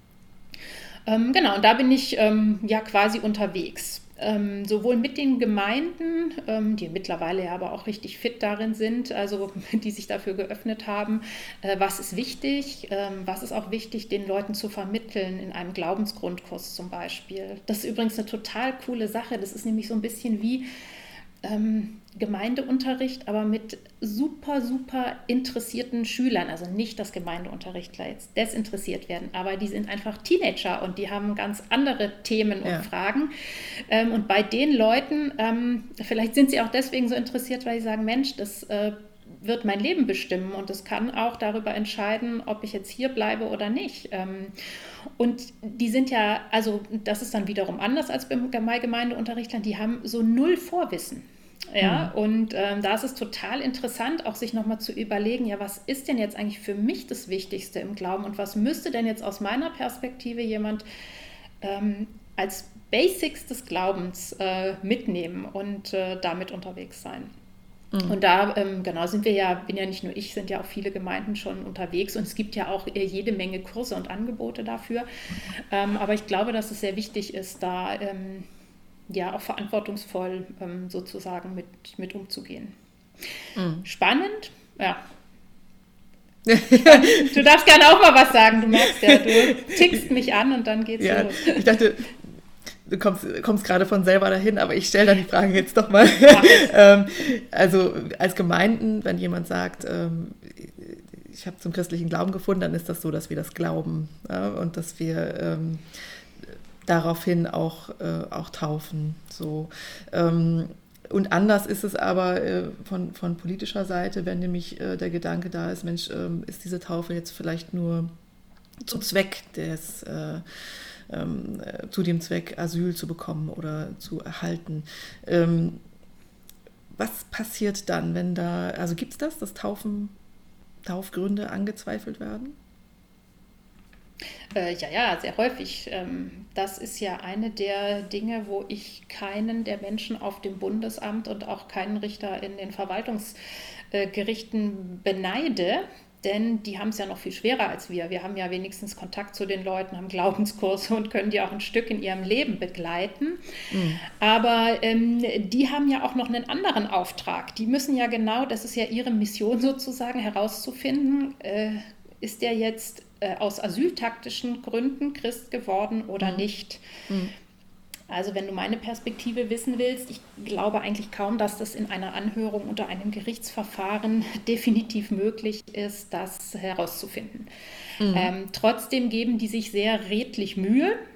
Genau, und da bin ich ja quasi unterwegs. Sowohl mit den Gemeinden, die mittlerweile ja aber auch richtig fit darin sind, also die sich dafür geöffnet haben, was ist wichtig, was ist auch wichtig, den Leuten zu vermitteln in einem Glaubensgrundkurs zum Beispiel. Das ist übrigens eine total coole Sache, das ist nämlich so ein bisschen wie Gemeindeunterricht, aber mit super, super interessierten Schülern. Also nicht, dass Gemeindeunterrichtler jetzt desinteressiert werden, aber die sind einfach Teenager und die haben ganz andere Themen und Fragen. Und bei den Leuten, vielleicht sind sie auch deswegen so interessiert, weil sie sagen, Mensch, das wird mein Leben bestimmen und es kann auch darüber entscheiden, ob ich jetzt hier bleibe oder nicht. Und die sind ja, also das ist dann wiederum anders als bei Gemeindeunterrichtlern, die haben so null Vorwissen. Ja, und da ist es total interessant, auch sich nochmal zu überlegen, ja, was ist denn jetzt eigentlich für mich das Wichtigste im Glauben und was müsste denn jetzt aus meiner Perspektive jemand als Basics des Glaubens mitnehmen und damit unterwegs sein. Und da, genau, bin ja nicht nur ich, sind ja auch viele Gemeinden schon unterwegs und es gibt ja auch jede Menge Kurse und Angebote dafür. Aber ich glaube, dass es sehr wichtig ist, da ja auch verantwortungsvoll sozusagen mit umzugehen. Spannend, ja. Du darfst gerne auch mal was sagen, du merkst ja, du tickst mich an und dann geht's los. Ich dachte, du kommst gerade von selber dahin, aber ich stelle dann die Frage jetzt doch mal. Also als Gemeinden, wenn jemand sagt, ich habe zum christlichen Glauben gefunden, dann ist das so, dass wir das glauben und dass wir daraufhin auch taufen. So. Und anders ist es aber von politischer Seite, wenn nämlich der Gedanke da ist, Mensch, ist diese Taufe jetzt vielleicht nur zum Zweck zu dem Zweck Asyl zu bekommen oder zu erhalten. Was passiert dann, wenn also gibt es dass Taufgründe angezweifelt werden? Ja, sehr häufig. Das ist ja eine der Dinge, wo ich keinen der Menschen auf dem Bundesamt und auch keinen Richter in den Verwaltungsgerichten beneide. Denn die haben es ja noch viel schwerer als wir. Wir haben ja wenigstens Kontakt zu den Leuten, haben Glaubenskurse und können die auch ein Stück in ihrem Leben begleiten. Aber die haben ja auch noch einen anderen Auftrag. Die müssen ja genau, das ist ja ihre Mission sozusagen, herauszufinden, ist der jetzt aus asyltaktischen Gründen Christ geworden oder nicht. Also wenn du meine Perspektive wissen willst, ich glaube eigentlich kaum, dass das in einer Anhörung unter einem Gerichtsverfahren definitiv möglich ist, das herauszufinden. Trotzdem geben die sich sehr redlich Mühe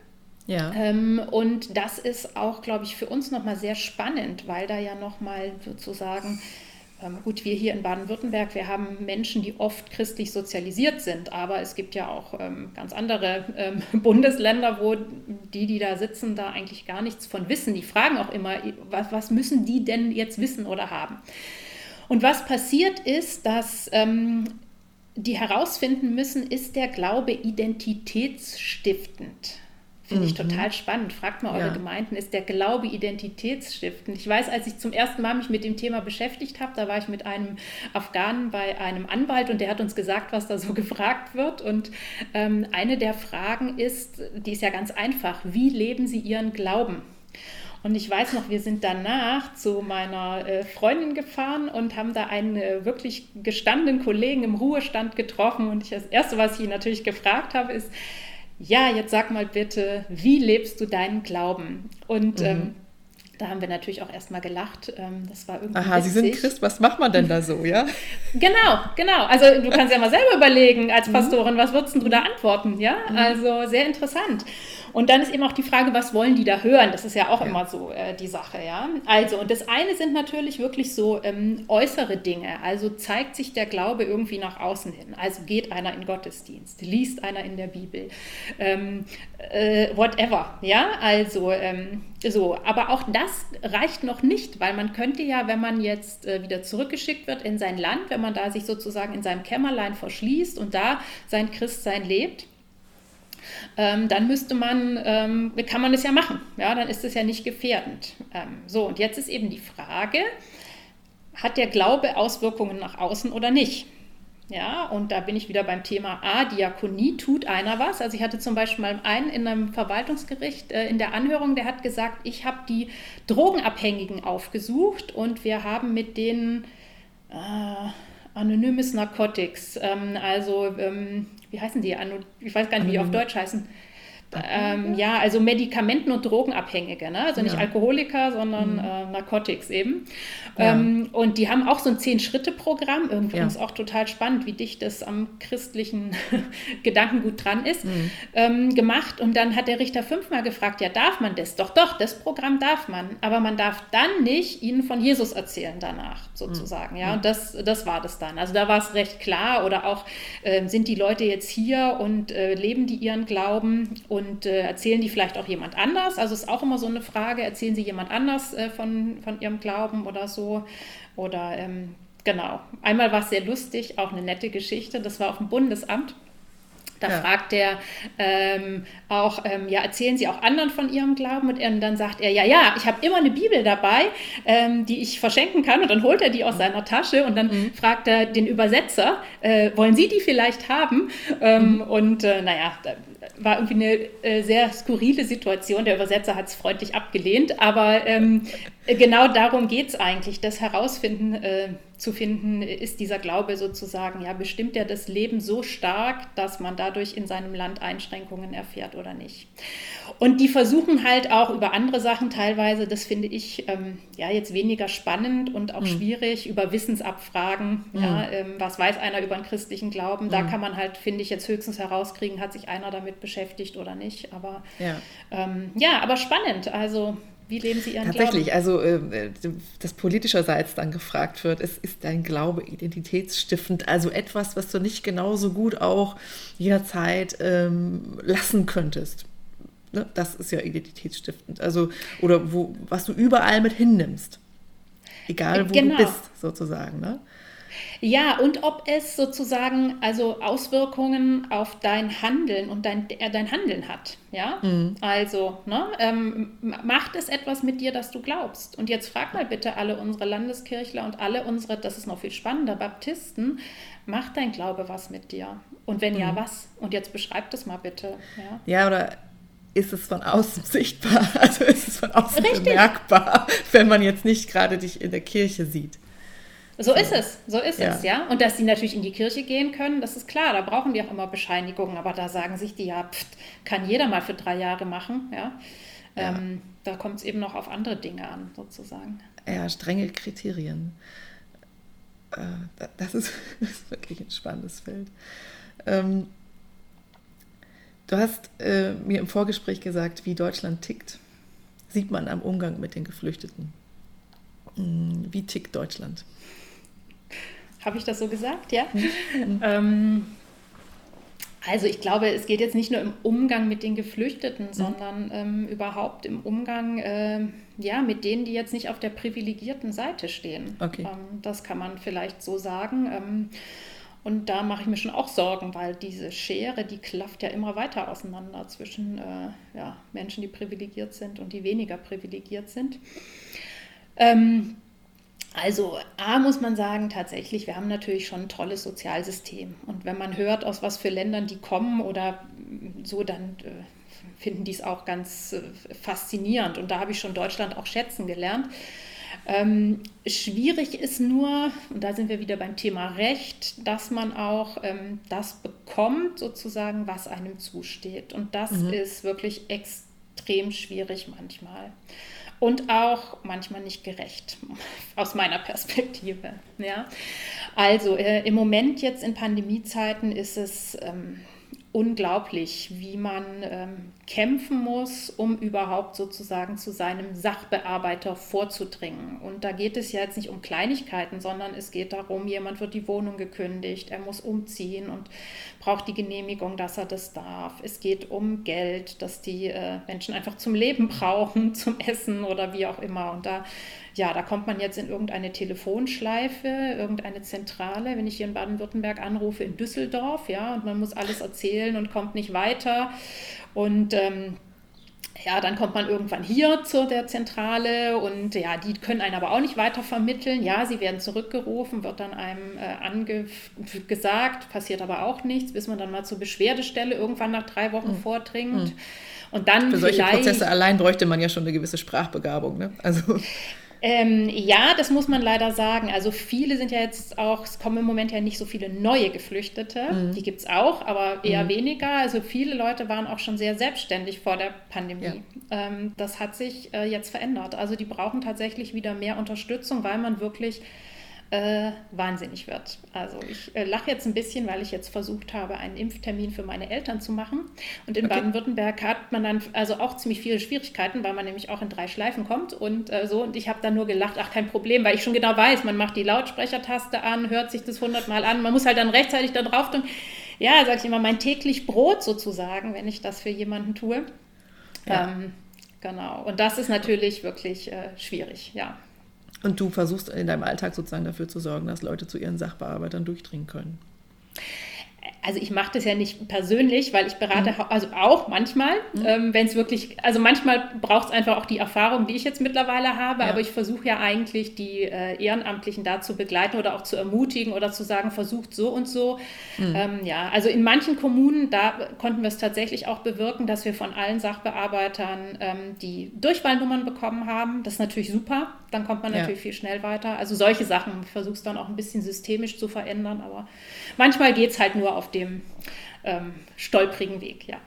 Ja. Und das ist auch, glaube ich, für uns nochmal sehr spannend, weil da ja nochmal sozusagen, gut, wir hier in Baden-Württemberg, wir haben Menschen, die oft christlich sozialisiert sind, aber es gibt ja auch ganz andere Bundesländer, wo die da sitzen, da eigentlich gar nichts von wissen. Die fragen auch immer, was müssen die denn jetzt wissen oder haben? Und was passiert ist, dass die herausfinden müssen, ist der Glaube identitätsstiftend? Finde ich total spannend. Fragt mal eure Gemeinden, ist der Glaube identitätsstiftend? Ich weiß, als ich zum ersten Mal mich mit dem Thema beschäftigt habe, da war ich mit einem Afghanen bei einem Anwalt und der hat uns gesagt, was da so gefragt wird. Und eine der Fragen ist, die ist ja ganz einfach, wie leben Sie Ihren Glauben? Und ich weiß noch, wir sind danach zu meiner Freundin gefahren und haben da einen wirklich gestandenen Kollegen im Ruhestand getroffen. Und das Erste, was ich ihn natürlich gefragt habe, ist, ja, jetzt sag mal bitte, wie lebst du deinen Glauben? Und da haben wir natürlich auch erstmal gelacht. Das war irgendwie Aha, witzig. Sie sind Christ, was macht man denn da so, ja? Genau. Also du kannst ja mal selber überlegen als Pastorin, was würdest du da antworten, ja? Also sehr interessant. Und dann ist eben auch die Frage, was wollen die da hören? Das ist ja auch immer so die Sache, ja. Also, und das eine sind natürlich wirklich so äußere Dinge. Also zeigt sich der Glaube irgendwie nach außen hin. Also geht einer in Gottesdienst, liest einer in der Bibel, whatever, ja. Also so. Aber auch das reicht noch nicht, weil man könnte ja, wenn man jetzt wieder zurückgeschickt wird in sein Land, wenn man da sich sozusagen in seinem Kämmerlein verschließt und da sein Christsein lebt, dann kann man das ja machen. Ja, dann ist es ja nicht gefährdend. So, und jetzt ist eben die Frage, hat der Glaube Auswirkungen nach außen oder nicht? Ja, und da bin ich wieder beim Thema Diakonie, tut einer was? Also ich hatte zum Beispiel mal einen in einem Verwaltungsgericht in der Anhörung, der hat gesagt, ich habe die Drogenabhängigen aufgesucht und wir haben mit denen Anonymous Narcotics, wie heißen die? Ich weiß gar nicht, wie die auf Deutsch heißen. Ja, also Medikamenten- und Drogenabhängige, ne? Also nicht Alkoholiker, sondern Narcotics eben. Ja. Und die haben auch so ein 10-Schritte-Programm, übrigens auch total spannend, wie dicht das am christlichen Gedankengut dran ist, gemacht. Und dann hat der Richter 5-mal gefragt, ja, darf man das? Doch, das Programm darf man. Aber man darf dann nicht ihnen von Jesus erzählen danach, sozusagen. Ja, und das war das dann. Also da war es recht klar. Oder auch, sind die Leute jetzt hier und leben die ihren Glauben und erzählen die vielleicht auch jemand anders? Also ist auch immer so eine Frage, erzählen sie jemand anders von ihrem Glauben oder so? Oder genau. Einmal war es sehr lustig, auch eine nette Geschichte, das war auf dem Bundesamt. Da fragt er erzählen Sie auch anderen von Ihrem Glauben? Und dann sagt er, ja, ich habe immer eine Bibel dabei, die ich verschenken kann. Und dann holt er die aus seiner Tasche und dann fragt er den Übersetzer, wollen Sie die vielleicht haben? Da war irgendwie eine sehr skurrile Situation. Der Übersetzer hat es freundlich abgelehnt, aber genau darum geht es eigentlich, das zu finden, ist dieser Glaube sozusagen, ja, bestimmt er das Leben so stark, dass man dadurch in seinem Land Einschränkungen erfährt oder nicht. Und die versuchen halt auch über andere Sachen teilweise, das finde ich jetzt weniger spannend und auch schwierig, über Wissensabfragen, was weiß einer über den christlichen Glauben, da kann man halt, finde ich, jetzt höchstens herauskriegen, hat sich einer damit beschäftigt oder nicht, aber aber spannend, also wie leben Sie Ihren Tatsächlich, Glauben? also das politischerseits dann gefragt wird, ist dein Glaube identitätsstiftend, also etwas, was du nicht genauso gut auch jederzeit lassen könntest. Ne? Das ist ja identitätsstiftend, also oder was du überall mit hinnimmst, egal wo du bist, sozusagen, ne? Ja, und ob es sozusagen also Auswirkungen auf dein Handeln und dein Handeln hat. Ja, also macht es etwas mit dir, dass du glaubst? Und jetzt frag mal bitte alle unsere Landeskirchler und alle unsere, das ist noch viel spannender, Baptisten, macht dein Glaube was mit dir? Und wenn ja, was? Und jetzt beschreib das mal bitte. Ja, oder ist es von außen sichtbar? Also ist es von außen bemerkbar, wenn man jetzt nicht gerade dich in der Kirche sieht? So ist es, ja. Und dass die natürlich in die Kirche gehen können, das ist klar, da brauchen die auch immer Bescheinigungen, aber da sagen sich die kann jeder mal für 3 Jahre machen, ja. Da kommt es eben noch auf andere Dinge an, sozusagen. Ja, strenge Kriterien. Das ist wirklich ein spannendes Feld. Du hast mir im Vorgespräch gesagt, wie Deutschland tickt. Sieht man am Umgang mit den Geflüchteten. Wie tickt Deutschland? Habe ich das so gesagt? Ja. Also ich glaube, es geht jetzt nicht nur im Umgang mit den Geflüchteten, sondern überhaupt im Umgang mit denen, die jetzt nicht auf der privilegierten Seite stehen. Okay. Das kann man vielleicht so sagen. Und da mache ich mir schon auch Sorgen, weil diese Schere, die klafft ja immer weiter auseinander zwischen Menschen, die privilegiert sind und die weniger privilegiert sind. Also A muss man sagen, tatsächlich, wir haben natürlich schon ein tolles Sozialsystem. Und wenn man hört, aus was für Ländern die kommen oder so, dann finden die es auch ganz faszinierend. Und da habe ich schon Deutschland auch schätzen gelernt. Schwierig ist nur, und da sind wir wieder beim Thema Recht, dass man auch das bekommt, sozusagen, was einem zusteht. Und das ist wirklich extrem schwierig manchmal. Und auch manchmal nicht gerecht, aus meiner Perspektive. Ja. Also im Moment jetzt in Pandemiezeiten ist es unglaublich, wie man kämpfen muss, um überhaupt sozusagen zu seinem Sachbearbeiter vorzudringen. Und da geht es ja jetzt nicht um Kleinigkeiten, sondern es geht darum, jemand wird die Wohnung gekündigt, er muss umziehen und braucht die Genehmigung, dass er das darf. Es geht um Geld, das die Menschen einfach zum Leben brauchen, zum Essen oder wie auch immer. Und da kommt man jetzt in irgendeine Telefonschleife, irgendeine Zentrale, wenn ich hier in Baden-Württemberg anrufe, in Düsseldorf, und man muss alles erzählen und kommt nicht weiter. Und dann kommt man irgendwann hier zu der Zentrale und die können einen aber auch nicht weiter vermitteln. Ja, sie werden zurückgerufen, wird dann einem gesagt, passiert aber auch nichts, bis man dann mal zur Beschwerdestelle irgendwann nach 3 Wochen vordringt. Und dann für solche Prozesse allein bräuchte man ja schon eine gewisse Sprachbegabung, ne? Also das muss man leider sagen. Also viele sind ja jetzt auch, es kommen im Moment ja nicht so viele neue Geflüchtete. Die gibt es auch, aber eher weniger. Also viele Leute waren auch schon sehr selbstständig vor der Pandemie. Ja. Das hat sich jetzt verändert. Also die brauchen tatsächlich wieder mehr Unterstützung, weil man wirklich wahnsinnig wird. Also ich lache jetzt ein bisschen, weil ich jetzt versucht habe, einen Impftermin für meine Eltern zu machen. Und in Baden-Württemberg hat man dann also auch ziemlich viele Schwierigkeiten, weil man nämlich auch in 3 Schleifen kommt und so. Und ich habe dann nur gelacht, ach, kein Problem, weil ich schon genau weiß, man macht die Lautsprechertaste an, hört sich das 100-mal an, man muss halt dann rechtzeitig da drauf drücken. Ja, sage ich immer, mein täglich Brot sozusagen, wenn ich das für jemanden tue. Ja. Genau. Und das ist natürlich wirklich schwierig, ja. Und du versuchst in deinem Alltag sozusagen dafür zu sorgen, dass Leute zu ihren Sachbearbeitern durchdringen können. Also ich mache das ja nicht persönlich, weil ich berate, also auch manchmal, wenn es wirklich, also manchmal braucht es einfach auch die Erfahrung, die ich jetzt mittlerweile habe, aber ich versuche ja eigentlich die Ehrenamtlichen da zu begleiten oder auch zu ermutigen oder zu sagen, versucht so und so. Also in manchen Kommunen, da konnten wir es tatsächlich auch bewirken, dass wir von allen Sachbearbeitern die Durchwahlnummern bekommen haben. Das ist natürlich super, dann kommt man natürlich viel schnell weiter. Also solche Sachen, ich versuche es dann auch ein bisschen systemisch zu verändern, aber manchmal geht es halt nur auf dem stolprigen Weg, ja.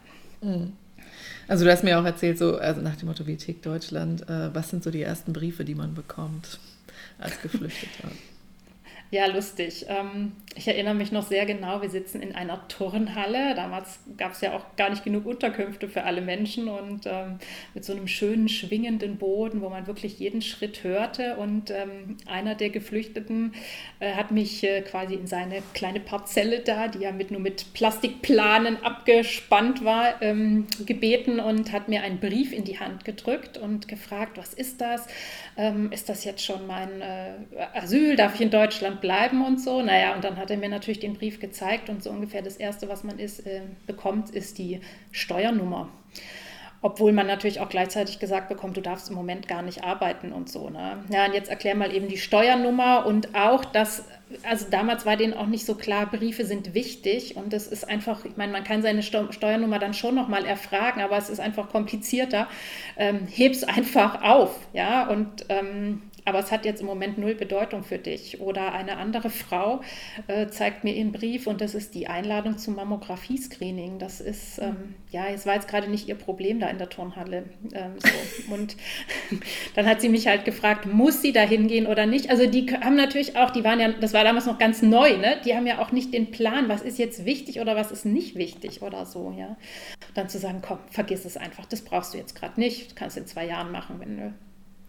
Also du hast mir auch erzählt, so, also nach dem Motto, wie tickt Deutschland, was sind so die ersten Briefe, die man bekommt als Geflüchteter? Ja, lustig. Ich erinnere mich noch sehr genau, wir sitzen in einer Turnhalle. Damals gab es ja auch gar nicht genug Unterkünfte für alle Menschen und mit so einem schönen, schwingenden Boden, wo man wirklich jeden Schritt hörte. Und einer der Geflüchteten hat mich quasi in seine kleine Parzelle da, die ja nur mit Plastikplanen abgespannt war, gebeten und hat mir einen Brief in die Hand gedrückt und gefragt, was ist das? Ist das jetzt schon mein Asyl? Darf ich in Deutschland bleiben und so? Naja, und dann hat er mir natürlich den Brief gezeigt und so ungefähr das Erste, was man bekommt, ist die Steuernummer. Obwohl man natürlich auch gleichzeitig gesagt bekommt, du darfst im Moment gar nicht arbeiten und so. Ne? Ja, und jetzt erklär mal eben die Steuernummer und auch das, also damals war denen auch nicht so klar, Briefe sind wichtig und das ist einfach, ich meine, man kann seine Steuernummer dann schon nochmal erfragen, aber es ist einfach komplizierter. Heb's einfach auf, ja, und aber es hat jetzt im Moment null Bedeutung für dich. Oder eine andere Frau zeigt mir ihren Brief und das ist die Einladung zum Mammographie-Screening. Das ist, es war jetzt gerade nicht ihr Problem da in der Turnhalle. So. Und dann hat sie mich halt gefragt, muss sie da hingehen oder nicht? Also die haben natürlich auch, das war damals noch ganz neu, ne? Die haben ja auch nicht den Plan, was ist jetzt wichtig oder was ist nicht wichtig oder so, ja. Dann zu sagen, komm, vergiss es einfach, das brauchst du jetzt gerade nicht, du kannst in 2 Jahren machen, wenn du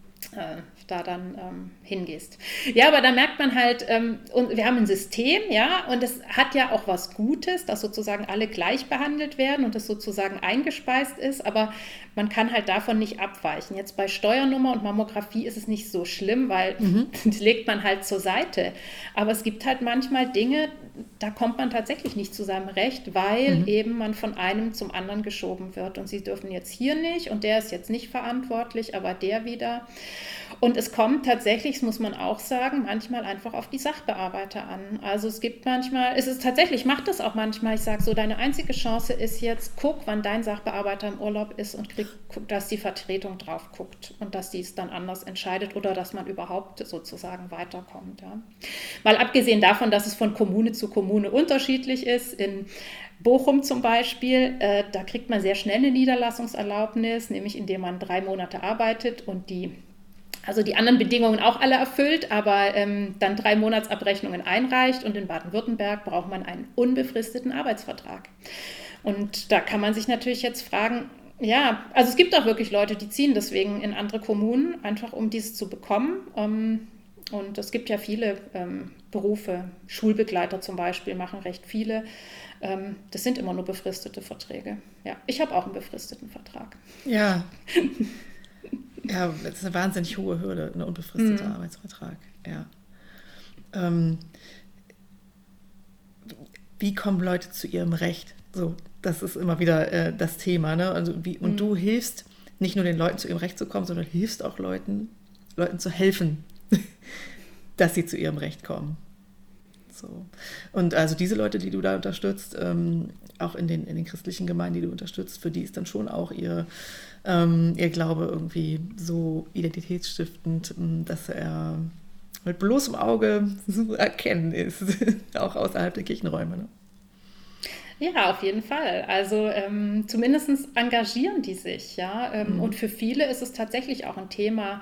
da dann hingehst. Ja, aber da merkt man halt, und wir haben ein System, ja, und es hat ja auch was Gutes, dass sozusagen alle gleich behandelt werden und das sozusagen eingespeist ist, aber man kann halt davon nicht abweichen. Jetzt bei Steuernummer und Mammographie ist es nicht so schlimm, weil das legt man halt zur Seite. Aber es gibt halt manchmal Dinge, da kommt man tatsächlich nicht zu seinem Recht, weil eben man von einem zum anderen geschoben wird. Und sie dürfen jetzt hier nicht und der ist jetzt nicht verantwortlich, aber der wieder. Und es kommt tatsächlich, das muss man auch sagen, manchmal einfach auf die Sachbearbeiter an. Also es gibt manchmal, ich mache das auch manchmal, ich sage so, deine einzige Chance ist jetzt, guck, wann dein Sachbearbeiter im Urlaub ist und guck, dass die Vertretung drauf guckt und dass die es dann anders entscheidet oder dass man überhaupt sozusagen weiterkommt. Ja. Mal abgesehen davon, dass es von Kommune zu Kommune unterschiedlich ist, in Bochum zum Beispiel, da kriegt man sehr schnell eine Niederlassungserlaubnis, nämlich indem man 3 Monate arbeitet und die anderen Bedingungen auch alle erfüllt, aber dann 3 Monatsabrechnungen einreicht und in Baden-Württemberg braucht man einen unbefristeten Arbeitsvertrag. Und da kann man sich natürlich jetzt fragen, ja, also es gibt auch wirklich Leute, die ziehen deswegen in andere Kommunen, einfach um dies zu bekommen. Und es gibt ja viele Berufe, Schulbegleiter zum Beispiel machen recht viele. Das sind immer nur befristete Verträge. Ja, ich habe auch einen befristeten Vertrag. Ja. Ja, das ist eine wahnsinnig hohe Hürde, ein unbefristeter Arbeitsvertrag. Ja. Wie kommen Leute zu ihrem Recht? So, das ist immer wieder das Thema. Ne? Also und du hilfst nicht nur den Leuten zu ihrem Recht zu kommen, sondern hilfst auch Leuten zu helfen, dass sie zu ihrem Recht kommen. So. Und also diese Leute, die du da unterstützt, auch in den christlichen Gemeinden, die du unterstützt, für die ist dann schon auch ihr Glaube irgendwie so identitätsstiftend, dass er mit bloßem Auge zu erkennen ist, auch außerhalb der Kirchenräume. Ne? Ja, auf jeden Fall. Also zumindest engagieren die sich, ja. Und für viele ist es tatsächlich auch ein Thema,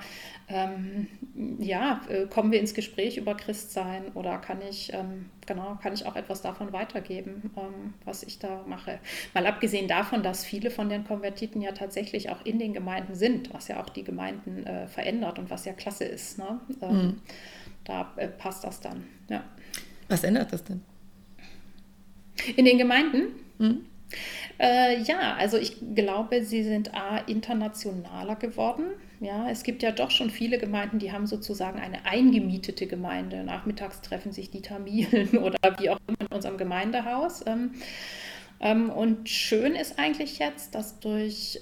kommen wir ins Gespräch über Christsein oder kann ich auch etwas davon weitergeben, was ich da mache. Mal abgesehen davon, dass viele von den Konvertiten ja tatsächlich auch in den Gemeinden sind, was ja auch die Gemeinden verändert und was ja klasse ist. Ne? Da passt das dann, ja. Was ändert das denn? In den Gemeinden? Also ich glaube, sie sind internationaler geworden. Ja, es gibt ja doch schon viele Gemeinden, die haben sozusagen eine eingemietete Gemeinde. Nachmittags treffen sich die Tamilen oder wie auch immer in unserem Gemeindehaus. Und schön ist eigentlich jetzt, dass durch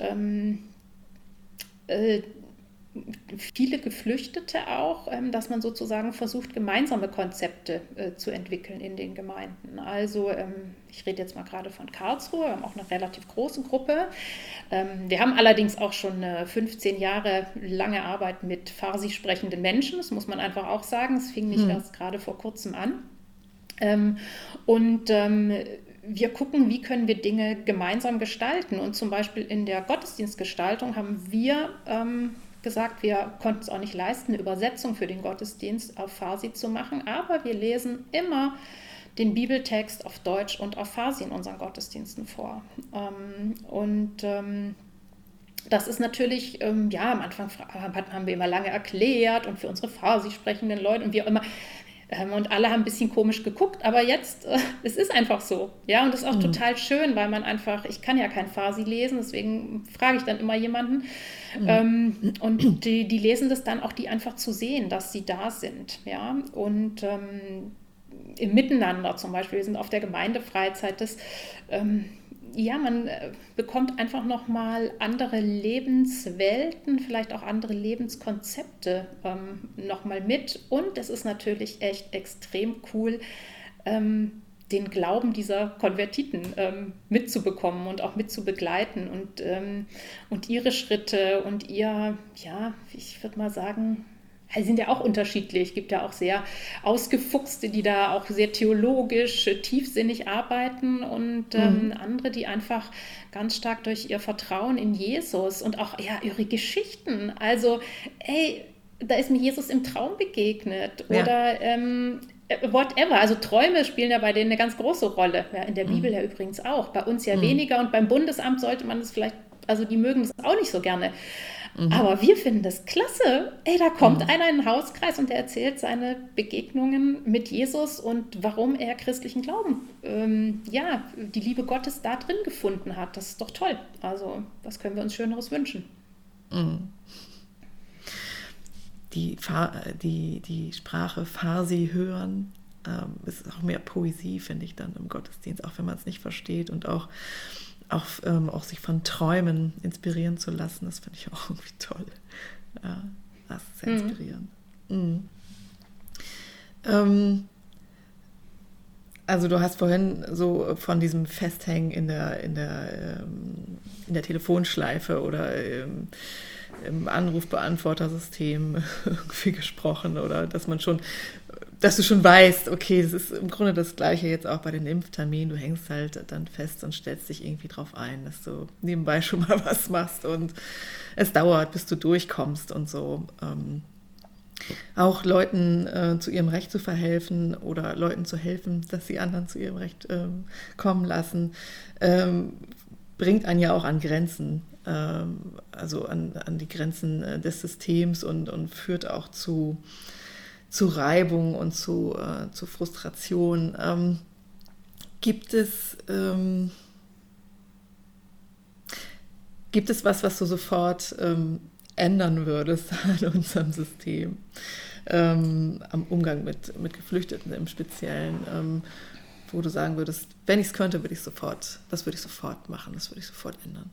viele Geflüchtete auch, dass man sozusagen versucht, gemeinsame Konzepte zu entwickeln in den Gemeinden. Also ich rede jetzt mal gerade von Karlsruhe, wir haben auch eine relativ große Gruppe. Wir haben allerdings auch schon eine 15 Jahre lange Arbeit mit Farsi sprechenden Menschen, das muss man einfach auch sagen, es fing nicht erst gerade vor kurzem an. Wir gucken, wie können wir Dinge gemeinsam gestalten. Und zum Beispiel in der Gottesdienstgestaltung haben wir gesagt, wir konnten es auch nicht leisten, eine Übersetzung für den Gottesdienst auf Farsi zu machen, aber wir lesen immer den Bibeltext auf Deutsch und auf Farsi in unseren Gottesdiensten vor. Das ist natürlich, am Anfang haben wir immer lange erklärt und für unsere Farsi sprechenden Leute und wie auch immer. Und alle haben ein bisschen komisch geguckt, aber jetzt, es ist einfach so. Ja, und das ist auch total schön, weil man einfach, ich kann ja kein Farsi lesen, deswegen frage ich dann immer jemanden. Und die lesen das dann auch, die einfach zu sehen, dass sie da sind. Ja, und im Miteinander zum Beispiel, wir sind auf der Gemeindefreizeit, man bekommt einfach nochmal andere Lebenswelten, vielleicht auch andere Lebenskonzepte nochmal mit. Und es ist natürlich echt extrem cool, den Glauben dieser Konvertiten mitzubekommen und auch mitzubegleiten und ihre Schritte und ihr, ich würde mal sagen, sind ja auch unterschiedlich. Es gibt ja auch sehr Ausgefuchste, die da auch sehr theologisch, tiefsinnig arbeiten und andere, die einfach ganz stark durch ihr Vertrauen in Jesus und auch ihre Geschichten. Also, da ist mir Jesus im Traum begegnet oder whatever. Also Träume spielen ja bei denen eine ganz große Rolle. Ja, in der Bibel ja übrigens auch. Bei uns ja weniger und beim Bundesamt sollte man das vielleicht, also die mögen das auch nicht so gerne. Aber wir finden das klasse. Da kommt einer in den Hauskreis und der erzählt seine Begegnungen mit Jesus und warum er christlichen Glauben, die Liebe Gottes da drin gefunden hat. Das ist doch toll. Also, was können wir uns Schöneres wünschen? Die Sprache Farsi hören, ist auch mehr Poesie, finde ich, dann im Gottesdienst, auch wenn man es nicht versteht und auch sich von Träumen inspirieren zu lassen, das finde ich auch irgendwie toll. Ja, das ist sehr inspirierend. Also du hast vorhin so von diesem Festhängen in der Telefonschleife oder im Anrufbeantwortersystem irgendwie gesprochen oder dass du schon weißt, okay, das ist im Grunde das Gleiche jetzt auch bei den Impfterminen. Du hängst halt dann fest und stellst dich irgendwie drauf ein, dass du nebenbei schon mal was machst und es dauert, bis du durchkommst und so. Auch Leuten zu ihrem Recht zu verhelfen oder Leuten zu helfen, dass sie anderen zu ihrem Recht kommen lassen, bringt einen ja auch an Grenzen, also an die Grenzen des Systems und führt auch zu Reibung und zu Frustration. Gibt es was du sofort ändern würdest an unserem System, am Umgang mit Geflüchteten im Speziellen, wo du sagen würdest, wenn ich es könnte, würde ich sofort machen, das würde ich sofort ändern?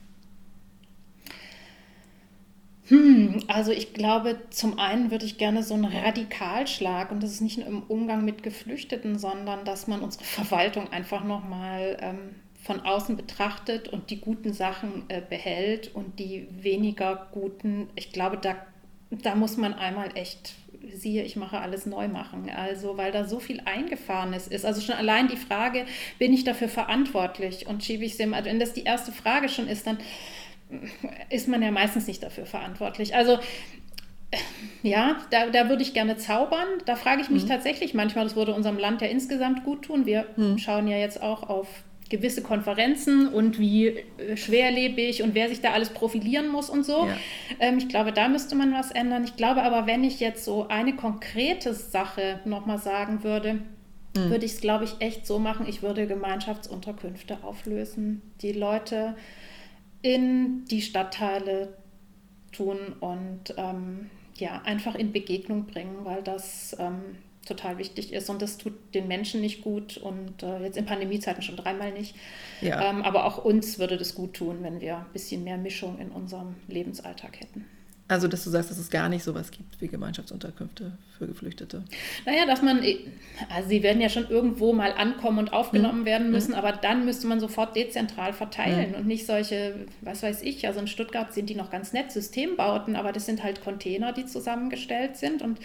Also ich glaube, zum einen würde ich gerne so einen Radikalschlag, und das ist nicht nur im Umgang mit Geflüchteten, sondern dass man unsere Verwaltung einfach nochmal von außen betrachtet und die guten Sachen behält und die weniger guten, ich glaube, da muss man einmal echt, ich mache alles neu machen, also weil da so viel Eingefahrenes ist. Also schon allein die Frage, bin ich dafür verantwortlich und schiebe ich es dem, also wenn das die erste Frage schon ist, dann ist man ja meistens nicht dafür verantwortlich. Also ja, da würde ich gerne zaubern. Da frage ich mich tatsächlich manchmal, das würde unserem Land ja insgesamt gut tun. Wir schauen ja jetzt auch auf gewisse Konferenzen und wie schwerlebig und wer sich da alles profilieren muss und so. Ja. Ich glaube, da müsste man was ändern. Ich glaube aber, wenn ich jetzt so eine konkrete Sache nochmal sagen würde, würde ich es, glaube ich, echt so machen, ich würde Gemeinschaftsunterkünfte auflösen. Die Leute in die Stadtteile tun und einfach in Begegnung bringen, weil das total wichtig ist und das tut den Menschen nicht gut und jetzt in Pandemiezeiten schon dreimal nicht. Ja. Aber auch uns würde das gut tun, wenn wir ein bisschen mehr Mischung in unserem Lebensalltag hätten. Also, dass du sagst, dass es gar nicht sowas gibt wie Gemeinschaftsunterkünfte für Geflüchtete? Naja, also sie werden ja schon irgendwo mal ankommen und aufgenommen werden müssen, aber dann müsste man sofort dezentral verteilen und nicht solche, was weiß ich, also in Stuttgart sind die noch ganz nett, Systembauten, aber das sind halt Container, die zusammengestellt sind und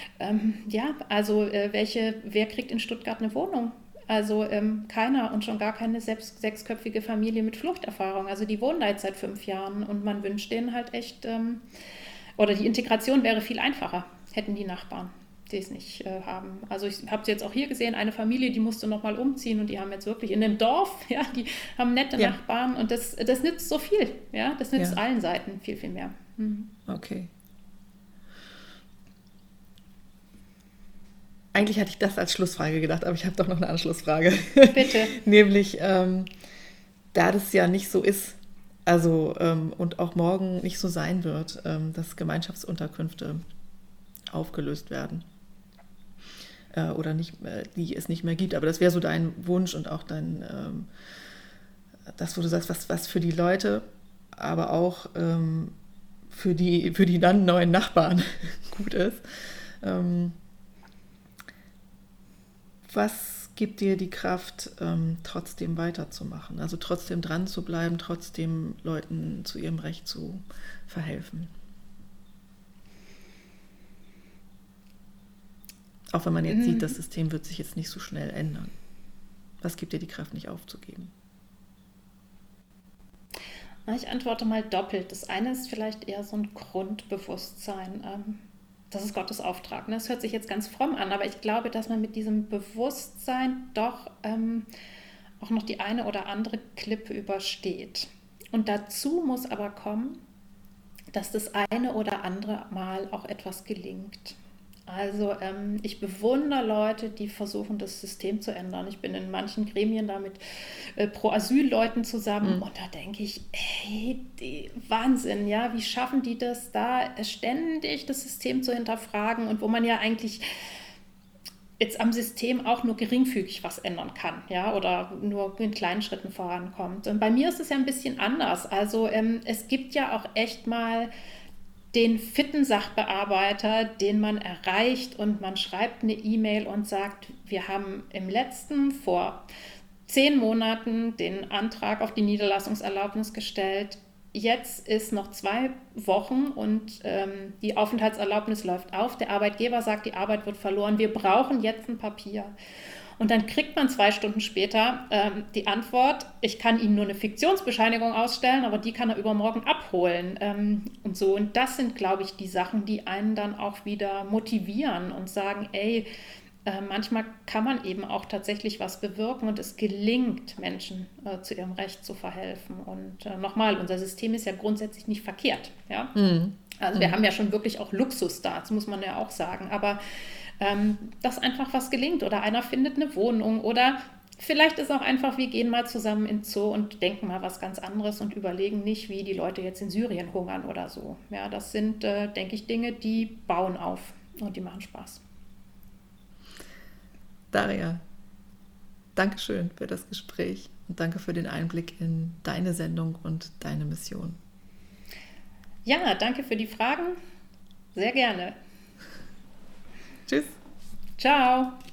wer kriegt in Stuttgart eine Wohnung? Also keiner und schon gar keine sechsköpfige Familie mit Fluchterfahrung. Also die wohnen da jetzt seit 5 Jahren und man wünscht denen halt echt, oder die Integration wäre viel einfacher, hätten die Nachbarn, die es nicht haben. Also ich habe es jetzt auch hier gesehen, eine Familie, die musste nochmal umziehen und die haben jetzt wirklich in dem Dorf, ja, die haben nette Nachbarn und das nützt so viel, ja, das nützt allen Seiten viel, viel mehr. Okay. Eigentlich hatte ich das als Schlussfrage gedacht, aber ich habe doch noch eine Anschlussfrage. Bitte. Nämlich, da das ja nicht so ist, also und auch morgen nicht so sein wird, dass Gemeinschaftsunterkünfte aufgelöst werden oder nicht, die es nicht mehr gibt. Aber das wäre so dein Wunsch und auch das, wo du sagst, was für die Leute, aber auch für die dann neuen Nachbarn gut ist. Was gibt dir die Kraft, trotzdem weiterzumachen? Also trotzdem dran zu bleiben, trotzdem Leuten zu ihrem Recht zu verhelfen? Auch wenn man jetzt sieht, das System wird sich jetzt nicht so schnell ändern. Was gibt dir die Kraft, nicht aufzugeben? Ich antworte mal doppelt. Das eine ist vielleicht eher so ein Grundbewusstsein. Das ist Gottes Auftrag. Ne? Das hört sich jetzt ganz fromm an, aber ich glaube, dass man mit diesem Bewusstsein doch auch noch die eine oder andere Klippe übersteht. Und dazu muss aber kommen, dass das eine oder andere Mal auch etwas gelingt. Also ich bewundere Leute, die versuchen, das System zu ändern. Ich bin in manchen Gremien da mit Pro-Asyl-Leuten zusammen und da denke ich, ey, Wahnsinn, ja, wie schaffen die das da ständig das System zu hinterfragen und wo man ja eigentlich jetzt am System auch nur geringfügig was ändern kann, ja, oder nur in kleinen Schritten vorankommt. Und bei mir ist es ja ein bisschen anders. Also es gibt ja auch echt mal den fitten Sachbearbeiter, den man erreicht und man schreibt eine E-Mail und sagt, wir haben vor 10 Monaten den Antrag auf die Niederlassungserlaubnis gestellt. Jetzt ist noch 2 Wochen und die Aufenthaltserlaubnis läuft auf. Der Arbeitgeber sagt, die Arbeit wird verloren. Wir brauchen jetzt ein Papier. Und dann kriegt man 2 Stunden später die Antwort, ich kann Ihnen nur eine Fiktionsbescheinigung ausstellen, aber die kann er übermorgen abholen. Und so. Und das sind, glaube ich, die Sachen, die einen dann auch wieder motivieren und sagen, ey, manchmal kann man eben auch tatsächlich was bewirken und es gelingt, Menschen zu ihrem Recht zu verhelfen. Und nochmal, unser System ist ja grundsätzlich nicht verkehrt. Ja? Also wir haben ja schon wirklich auch Luxus da, das muss man ja auch sagen. Aber dass einfach was gelingt oder einer findet eine Wohnung oder vielleicht ist auch einfach, wir gehen mal zusammen ins Zoo und denken mal was ganz anderes und überlegen nicht, wie die Leute jetzt in Syrien hungern oder so. Ja, das sind, denke ich, Dinge, die bauen auf und die machen Spaß. Daria, danke schön für das Gespräch und danke für den Einblick in deine Sendung und deine Mission. Ja, danke für die Fragen. Sehr gerne. Tschüss. Ciao.